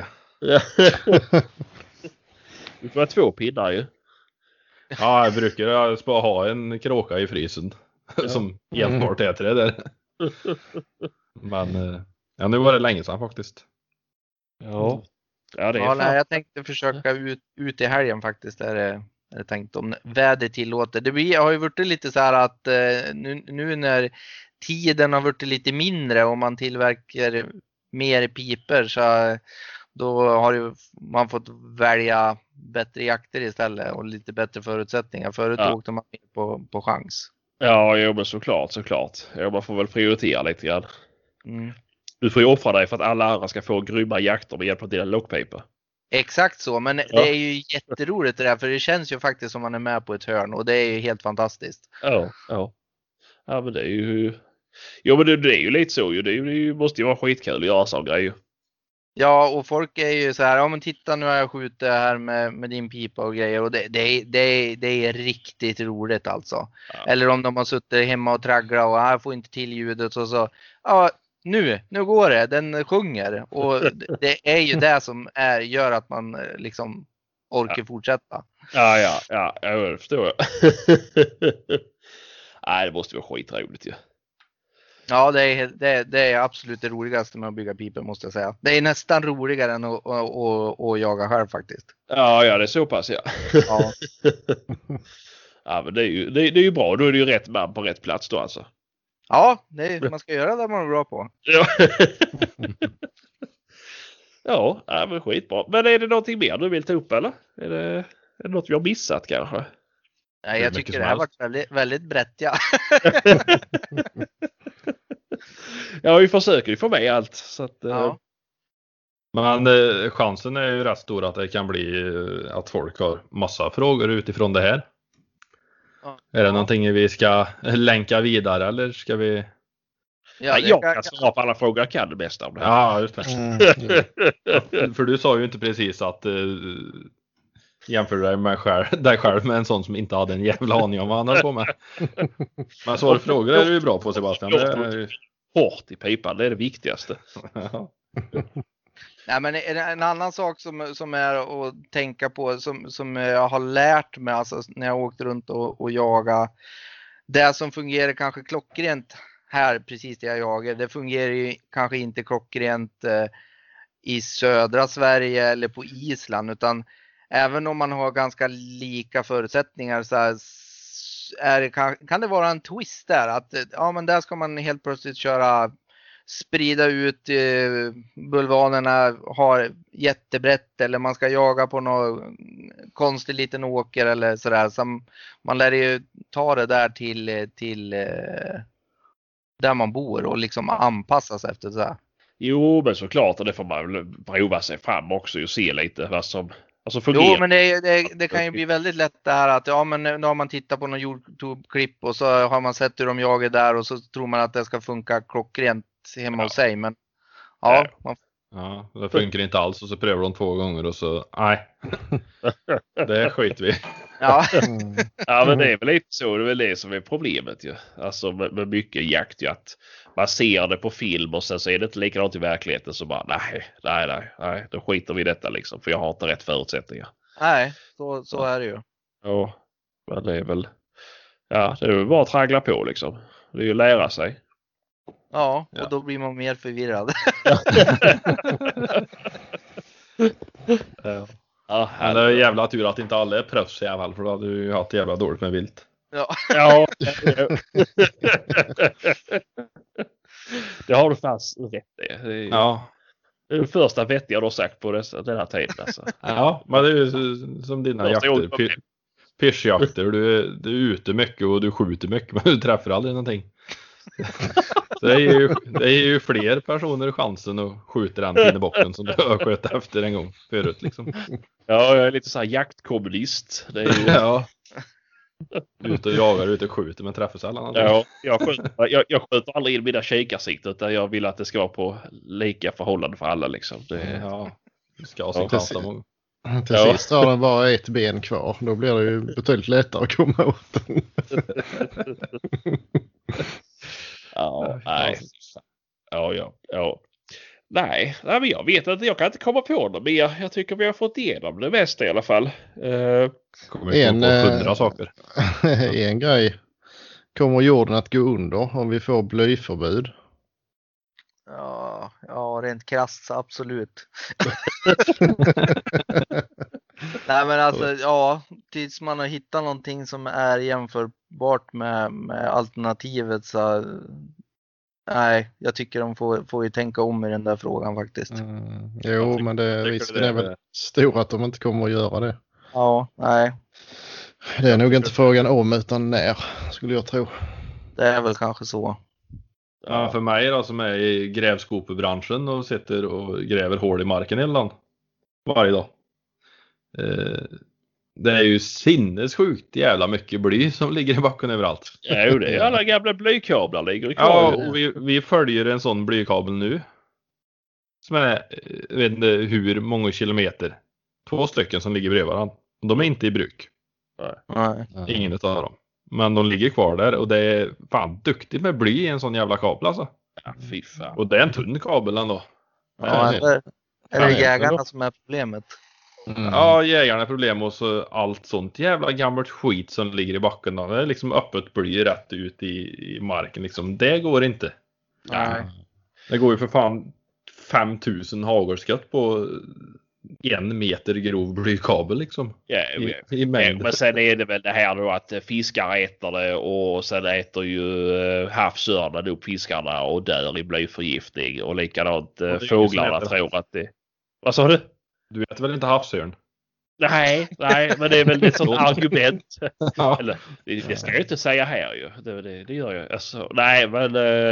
Du får ha 2 pinnar ju. Ja, jag brukar bara ha en kråka i frysen. Som enbart äter det där. Men nu var det länge sedan faktiskt. Ja, det är nej, jag tänkte försöka ut i helgen faktiskt. Är det tänkt om väder tillåter. Det har ju varit lite så här att nu när tiden har varit lite mindre och man tillverkar mer piper så då har ju man fått välja bättre jakter istället och lite bättre förutsättningar. Förut åkte man på chans. Ja, men såklart. Man får väl prioritera lite grann. Du får ju offra dig för att alla andra ska få grymma jakter med hjälp av dina lockpaper. Exakt så, men det är ju jätteroligt det där, för det känns ju faktiskt som man är med på ett hörn och det är ju helt fantastiskt. Ja, men det är ju... Jo, men det är ju lite så ju. Det måste ju vara skitkul att göra sån grejer. Ja, och folk är ju så här, ja men titta nu har jag skjutit här med din pipa och grejer och det är riktigt roligt alltså. Ja. Eller om de har suttit hemma och tragglat och jag får inte till ljudet och så, ja nu går det, den sjunger och det är ju det som gör att man liksom orkar fortsätta. Ja, jag förstår. Nej, det måste vara skitroligt ju. Ja, det är absolut det roligaste med att bygga piper måste jag säga. Det är nästan roligare än att jaga själv faktiskt. Ja, det är så pass ja. Ja, men det är ju bra. Då är det ju rätt man på rätt plats då alltså. Ja, man ska göra det man är bra på. Ja, men skitbra. Men är det någonting mer du vill ta upp eller? Är det något vi har missat kanske? Nej, jag tycker det här har varit väldigt, väldigt brett, ja. Ja, vi försöker ju få med allt. Så att, Men chansen är ju rätt stor att det kan bli att folk har massa frågor utifrån det här. Är det någonting vi ska länka vidare eller ska vi... Ja, jag kan svara på alla frågor jag kan det bästa om det. Ja, just det. För du sa ju inte precis att jämför dig själv med en sån som inte hade en jävla aning om vad han höll på med. Men så frågor är du ju bra på, Sebastian. Det är hårt i pipan, det är det viktigaste. Nej, men en annan sak som är att tänka på som jag har lärt mig alltså, när jag åkt runt och jagat det som fungerar kanske klockrent här, precis det jag jagar, det fungerar ju kanske inte klockrent i södra Sverige eller på Island, utan även om man har ganska lika förutsättningar så här, kan det vara en twist där, att ja, men där ska man helt plötsligt sprida ut bulvanerna, har jättebrett, eller man ska jaga på någon konstig liten åker eller sådär. Så man lär ju ta det där till där man bor och liksom anpassa sig efter det. Jo, men såklart, och det får man väl prova sig fram också och se lite vad som fungerar. Jo, men det kan ju bli väldigt lätt det här att ja, men nu har man tittat på någon YouTube-klipp och så har man sett hur de jagar där och så tror man att det ska funka klockrent hemma hos sig, men ja. Ja, det funkar inte alls och så prövar de 2 gånger och så nej. Det skiter vi. Ja. Ja, men det är väl lite så, det är väl det som är problemet ju. Alltså med mycket jakt ju, att man ser det på film och sen så är det inte likadant i verkligheten, så bara nej, då skiter vi i detta liksom, för jag har inte rätt förutsättningar. Nej, så är det ju. Ja, men det är väl bara att traggla på liksom. Det är ju att lära sig. Ja, och då blir man mer förvirrad. Ja, men det är jävla tur att inte alla är proffs i alla fall, för då hade du ju haft jävla dåligt med vilt. Ja. Det har du fast rätt i. Ja. Det är det första vettiga du har sagt på den här tiden alltså. Ja, men det är ju som dina jakter. Pyschjakter, du är ute mycket och du skjuter mycket, men du träffar aldrig någonting. Så det är ju fler personer chansen att skjuta den pinnebocken som du har skjutit efter en gång förut liksom. Ja, jag är lite så här jaktkommunist. Det är ju... Ja. Ute och jagar, ute och skjuter, men träffar sällan. Ja, jag skjuter aldrig in mina kikarsikten, utan jag vill att det ska vara på lika förhållande för alla liksom. Ja, det ska ha sin chans många. Till sist har den bara ett ben kvar. Då blir det ju betydligt lättare att komma åt den. Nej. Ja. Nej, men jag vet inte. Jag kan inte komma på det mer. Jag tycker vi har fått igenom det mesta i alla fall. Kommer komma på 100 saker. En grej. Kommer jorden att gå under om vi får blyförbud? Ja, rent krasst absolut. Nej, men alltså tills man har hittat någonting som är jämförbart med alternativet, så nej, jag tycker de får ju tänka om i den där frågan faktiskt. Jo, men risken är väl stor att de inte kommer att göra det. Ja, nej. Det är nog inte frågan om utan när, skulle jag tro. Det är väl kanske så. Ja, för mig då, som är i grävskopebranschen och sitter och gräver hål i marken hela dagen, varje dag. Det är ju sinnessjukt jävla mycket bly som ligger i backen överallt. Ja, det är alla gamla blykablar ligger kvar. Ja, och vi följer en sån blykabel nu. Som är, jag vet inte hur många kilometer. 2 stycken som ligger bredvid varandra. De är inte i bruk. Nej. Ingen av dem. Men de ligger kvar där och det är fan duktigt med bly i en sån jävla kabel alltså. Ja, fy fan. Och det är en tunn kabel ändå. Ja, är det jägarna som är problemet? Ja, jägarna är problem och så allt sånt jävla gammalt skit som ligger i backen då. Det är liksom öppet bly rätt ut i marken liksom. Det går inte. Nej. Det går ju för fan 5000 hagelskott på 1 meter grov blykabel liksom. I mängd. Men sen är det väl det här då att fiskar äter det och sen äter ju havsörnen upp fiskarna och dör i blyförgiftning och likadant fåglarna tror att det... Vad sa du? Du vet väl inte havsörn? Nej, men det är väl ett sånt argument. Ja. Eller, det ska jag inte säga här ju. Det gör jag. Alltså, nej, men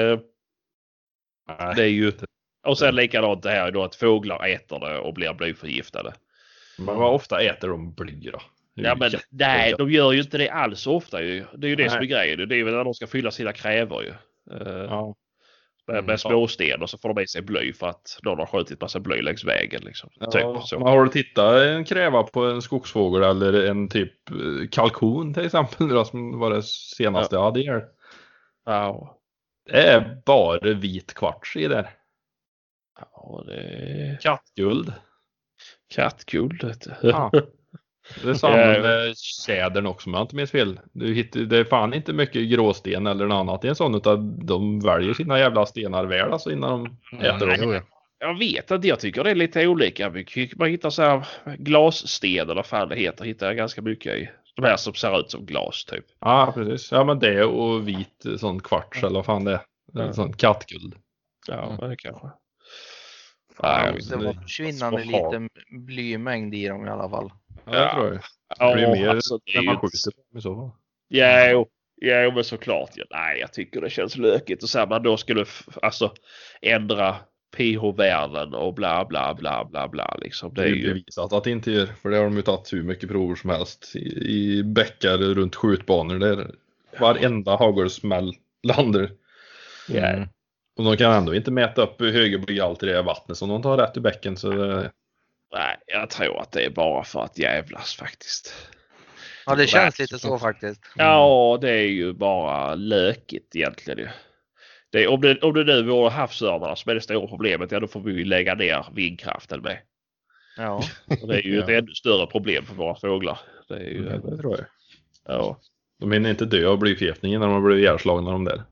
det är ju... Och sen likadant det här då att fåglar äter det och blir blyförgiftade. Men vad ofta äter de bly då? Ja, men nej, de gör ju inte det alls ofta ju. Det är ju det som är grejen. Det är väl när de ska fylla sina kräver ju. Ja. Med småsten och så får de med sig bly för att någon har skjutit massa bly längs vägen liksom. Ja, typ så. Men har du tittat en kräva på en skogsfågel eller en typ kalkon till exempel då, som var det senaste jag hade ihjäl? Ja. Det är bara vit kvarts i där. Ja, det är kattguld. Kattguld. Ja. Det är samma med tjädern också, men jag har inte minst fel. Det är fan inte mycket gråsten eller något annat i en sån, utan de väljer sina jävla stenar väl alltså innan de äter dem. Jag vet inte, jag tycker det är lite olika. Man hittar så här glassten eller vad fan det heter. Hittar jag ganska mycket i. De här som ser ut som glas typ. Ja, precis. Ja, men det och vit sån kvarts eller vad fan det är. Sån kattguld. Ja, det kanske. Nej, det var försvinnande liten blymängd i dem i alla fall. Ja, det tror jag. Det blir mer alltså, när man skjuter i så fall. Ja, men såklart. Ja, nej, jag tycker det känns lökigt. Och så här, man då skulle ändra pH-värden och bla bla bla bla bla liksom. Det är ju bevisat att det inte gör, för det har de ju tagit hur mycket prover som helst i bäckar runt skjutbanor där varenda hagelsmäll landar. Mm. Och de kan ändå inte mäta upp hur höga blyhalter det är i vattnet som de tar rätt ur bäcken. Så det... Nej, jag tror att det är bara för att jävlas faktiskt. Ja, det känns lite så faktiskt. Ja, det är ju bara lökigt egentligen ju. Om det nu vore havsörnarna som är det stora problemet, ja då får vi ju lägga ner vindkraften med. Ja. Och det är ju ett ännu större problem för våra fåglar. Det är ju, det tror jag. Ja. De hinner inte dö av blyförgiftningen när de blir ihjälslagna de där.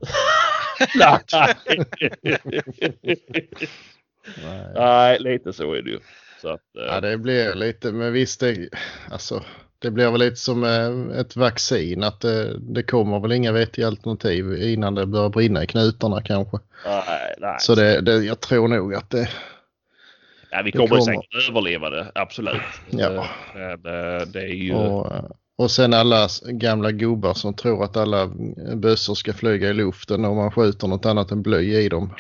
Nej, lite så är det ju. Så att, ja, det blir lite, men visst det blir väl lite som ett vaccin, att det kommer väl inga vettiga alternativ innan det börjar brinna i knutarna kanske. Nej. Så jag tror nog att det... Ja, vi kommer säkert överleva det, absolut. Ja. Men det är ju... Och sen alla gamla gubbar som tror att alla bössor ska flyga i luften och man skjuter något annat än bly i dem.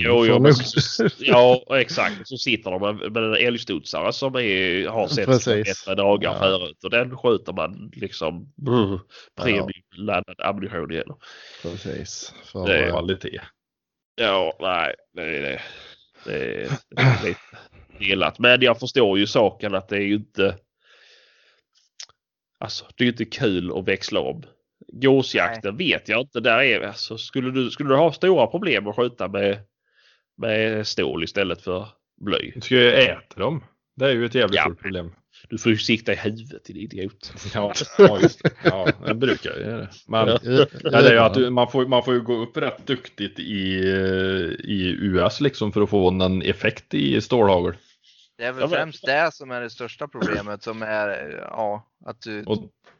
Ja, exakt. Så sitter de med en älgstudsare som har sett ett dagar förut. Och den skjuter man liksom premiumladdad ammunition igen. Precis. För det är kvalitet. Ja, nej. Det är lite delat. Men jag förstår ju saken att det är ju inte... Alltså, det är ju inte kul att växla om. Gåsjakten vet jag inte. Där är, alltså, skulle du ha stora problem att skjuta med stål istället för bly? Du ska ju äta dem. Det är ju ett jävligt stort problem. Du får ju sikta i huvudet till idiot. Ja, just det. Ja, det brukar jag göra. Men det är ju att man får ju gå upp rätt duktigt i US liksom för att få någon effekt i stålhagel. Det är väl främst det som är det största problemet, som är att du... Och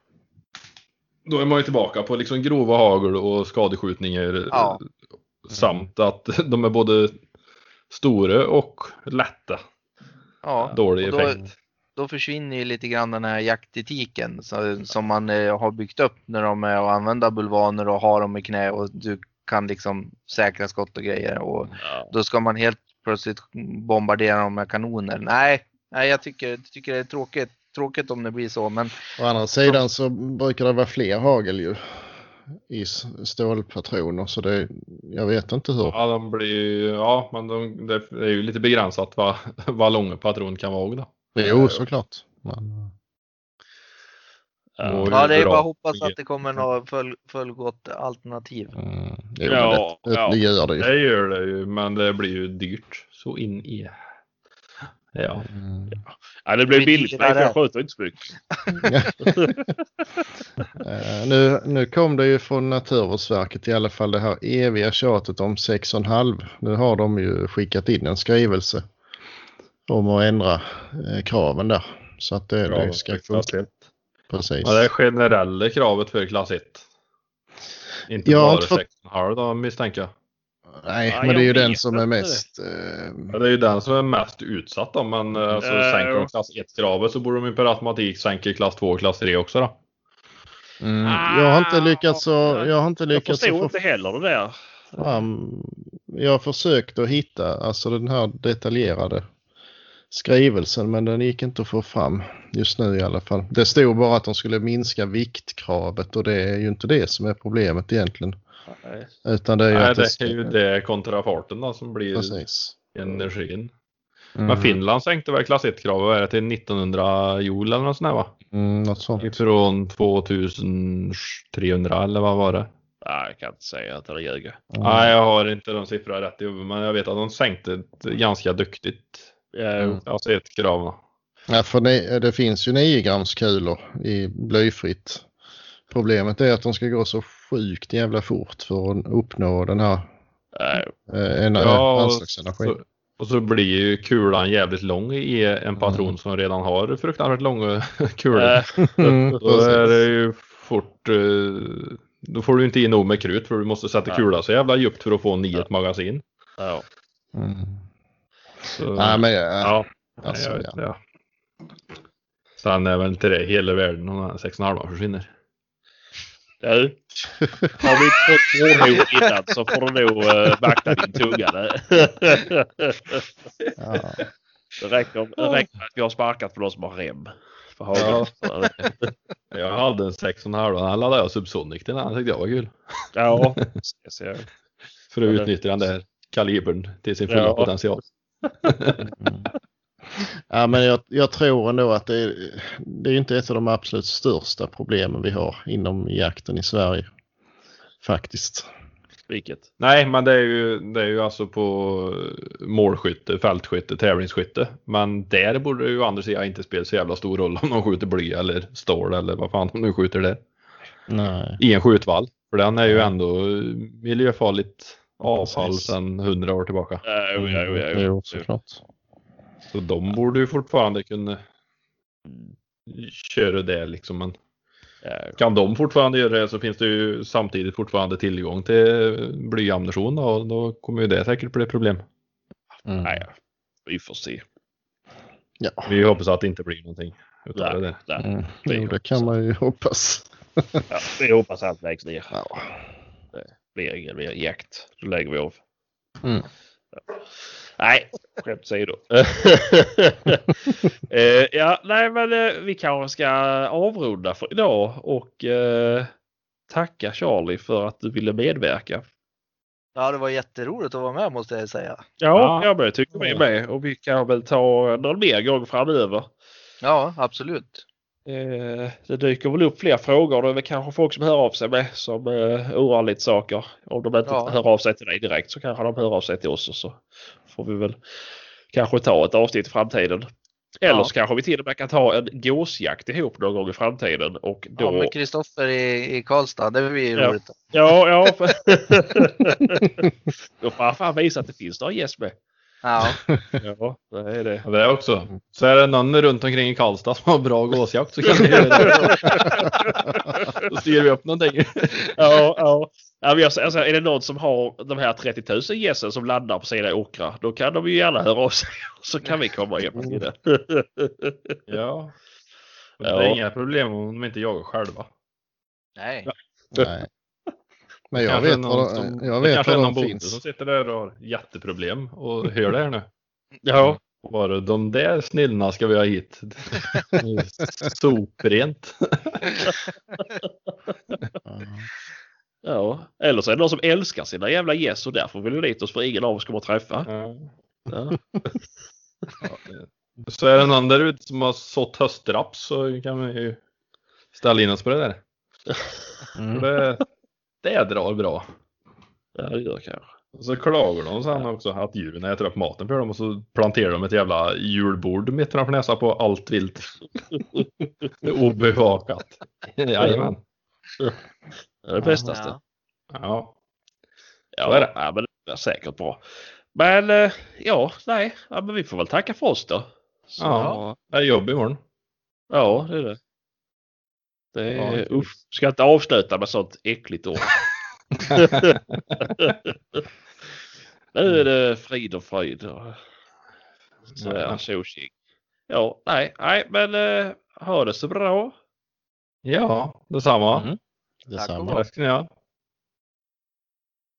då är man ju tillbaka på liksom grova hagel och skadeskjutningar samt att de är både stora och lätta. Ja, dålig effekt. Då försvinner ju lite grann den här jaktetiken som man har byggt upp när de är att använda bulvaner och har dem i knä och du kan liksom säkra skott och grejer, och då ska man helt plötsligt bombardera dem med kanoner. Nej, jag tycker det är tråkigt om det blir så, men å andra sidan så brukar det vara fler hagel ju i stålpatroner, så jag vet inte hur. Ja, de blir men det är ju lite begränsat vad långa patron kan vara då. Jo, såklart. Men... Ja, det är bara att hoppas att det kommer något fullgott alternativ. Det gör det ju. Det gör det ju, men det blir ju dyrt så in i. Ja. Ja, det blir billigt, men jag sköter inte så mycket. Nu kom det ju från Naturvårdsverket i alla fall, det här eviga tjatet om 6,5. Nu har de ju skickat in en skrivelse om att ändra kraven där. Så att det ska funka. Precis. Ja, det är generella kravet för klass 1. Inte bara 6,5 då, misstänker jag. Nej, men det är ju den som är mest... Ja, det är ju den som är mest utsatt. Om man sänker de klass 1-kravet så borde de ju per automatik sänka klass 2 och klass 3 också då. Jag har inte lyckats Jag förstår inte heller det där. Jag har försökt att hitta alltså den här detaljerade skrivelsen, men den gick inte att få fram just nu i alla fall. Det stod bara att de skulle minska viktkravet, och det är ju inte det som är problemet egentligen. Nej. Utan det är ju det är ju det kontrafarten då som blir energin. Men Finland sänkte väl klass 1-kravet till 1900 joule eller något sånt där, va? Något sånt. Från 2300 eller vad var det? Nej, jag kan inte säga att det ljuger. Nej, jag har inte de siffrorna rätt i huvudet, men jag vet att de sänkte ganska duktigt. Alltså 1 krav. Ja, för det finns ju 9 grams kulor i blyfritt. Problemet är att de ska gå så sjukt jävla fort för att uppnå den här anslagsenergin. Och så blir ju kulan jävligt lång i en patron som redan har fruktansvärt långa kulor. Då är det ju fort... Då får du inte in nog med krut för du måste sätta kula så jävla djupt för att få 9 magasin. Ja. Så, ja. Sen är väl inte det hela världen om 6,5 försvinner. Har vi inte fått vårdhot innan så får du nog vakta din tunga. Det räcker att vi har sparkat på någon som har rem. Jag hade en 6,5. Den laddade jag Subsonic till den. Tyckte jag var kul. Ja. För att utnyttja den där kalibern till sin fulla potential. Ja, men jag tror ändå att det är inte ett av de absolut största problemen vi har inom jakten i Sverige. Faktiskt. Vilket? Nej, men det är ju alltså på målskytte, fältskytte, tävlingsskytte. Men där borde det ju andra sidan inte spela så jävla stor roll om de skjuter bly eller stål eller vad fan de nu skjuter det. Nej. I en skjutvall. För den är ju ändå miljöfarligt avfall sedan 100 år tillbaka. Jo, såklart. Så de borde ju fortfarande kunna köra det liksom. Men kan de fortfarande göra det så finns det ju samtidigt fortfarande tillgång till blyammunition och då kommer ju det säkert bli ett problem. Nej, vi får se. Ja. Vi hoppas att det inte blir någonting utav det. Jo, det kan man ju hoppas. Ja, vi hoppas att allt läggs ner. Ja. Det blir ingen mer jakt. Då lägger vi av. Ja. Nej, skämt åsido. Nej men vi kanske ska avrunda för idag och tacka Charlie för att du ville medverka. Ja, det var jätteroligt att vara med måste jag säga. Ja, jag tycker vi är med och vi kan väl ta någon mer gång framöver. Ja, absolut. Det dyker väl upp fler frågor. Det är väl kanske folk som hör av sig med som oroar lite saker. Om de inte hör av sig till dig direkt så kanske de hör av sig till oss och så får vi väl kanske ta ett avsnitt i framtiden. Eller så kanske vi till och med kan ta en gåsjakt ihop någon gång i framtiden. Och då... Ja, med Kristoffer i Karlstad. Det blir roligt. Ja. Då får jag fan visa att det finns några gäst med. Ja, det är det. Det är också. Så är det någon runt omkring i Karlstad som har bra gåsjakt så kan vi göra det. Då styr vi upp någonting. Ja, alltså, är det någon som har de här 30 000 gässen som landar på sina åkrar, då kan de ju gärna höra av sig. Så kan vi komma och hjälpa till det. Ja. Det är inga problem om de inte jagar själva. Nej. Men jag vet vad de finns. Som sitter där och har jätteproblem och hör det här nu. Ja. Bara de där snillna ska vi ha hit. Soprent. Ja, eller så är det någon som älskar sina jävla gäss och därför vill vi dit oss för ingen av oss kommer att träffa. Ja. Så är det någon där ute som har sått höstraps så kan vi ju ställa in oss på det där. Det drar bra. Ja, det gör kanske. Och så klagar de sen också att djuren äter upp maten för dem och så planterar de ett jävla julbord mitt framför näsa på allt vilt. Obevakat. Jajamän. Det är det bästaste. Ja. Så är det. Ja, men det är säkert bra. Men men vi får väl tacka för oss då. Så, ja, det är jobb imorgon. Ja, det är det. Det är, ska inte avsluta med sånt äckligt ord. Nu är det frid och fröjd. Så är tjoking. Ja, nej, men ha det så bra. Ja, detsamma. Detsamma. Tack och lov.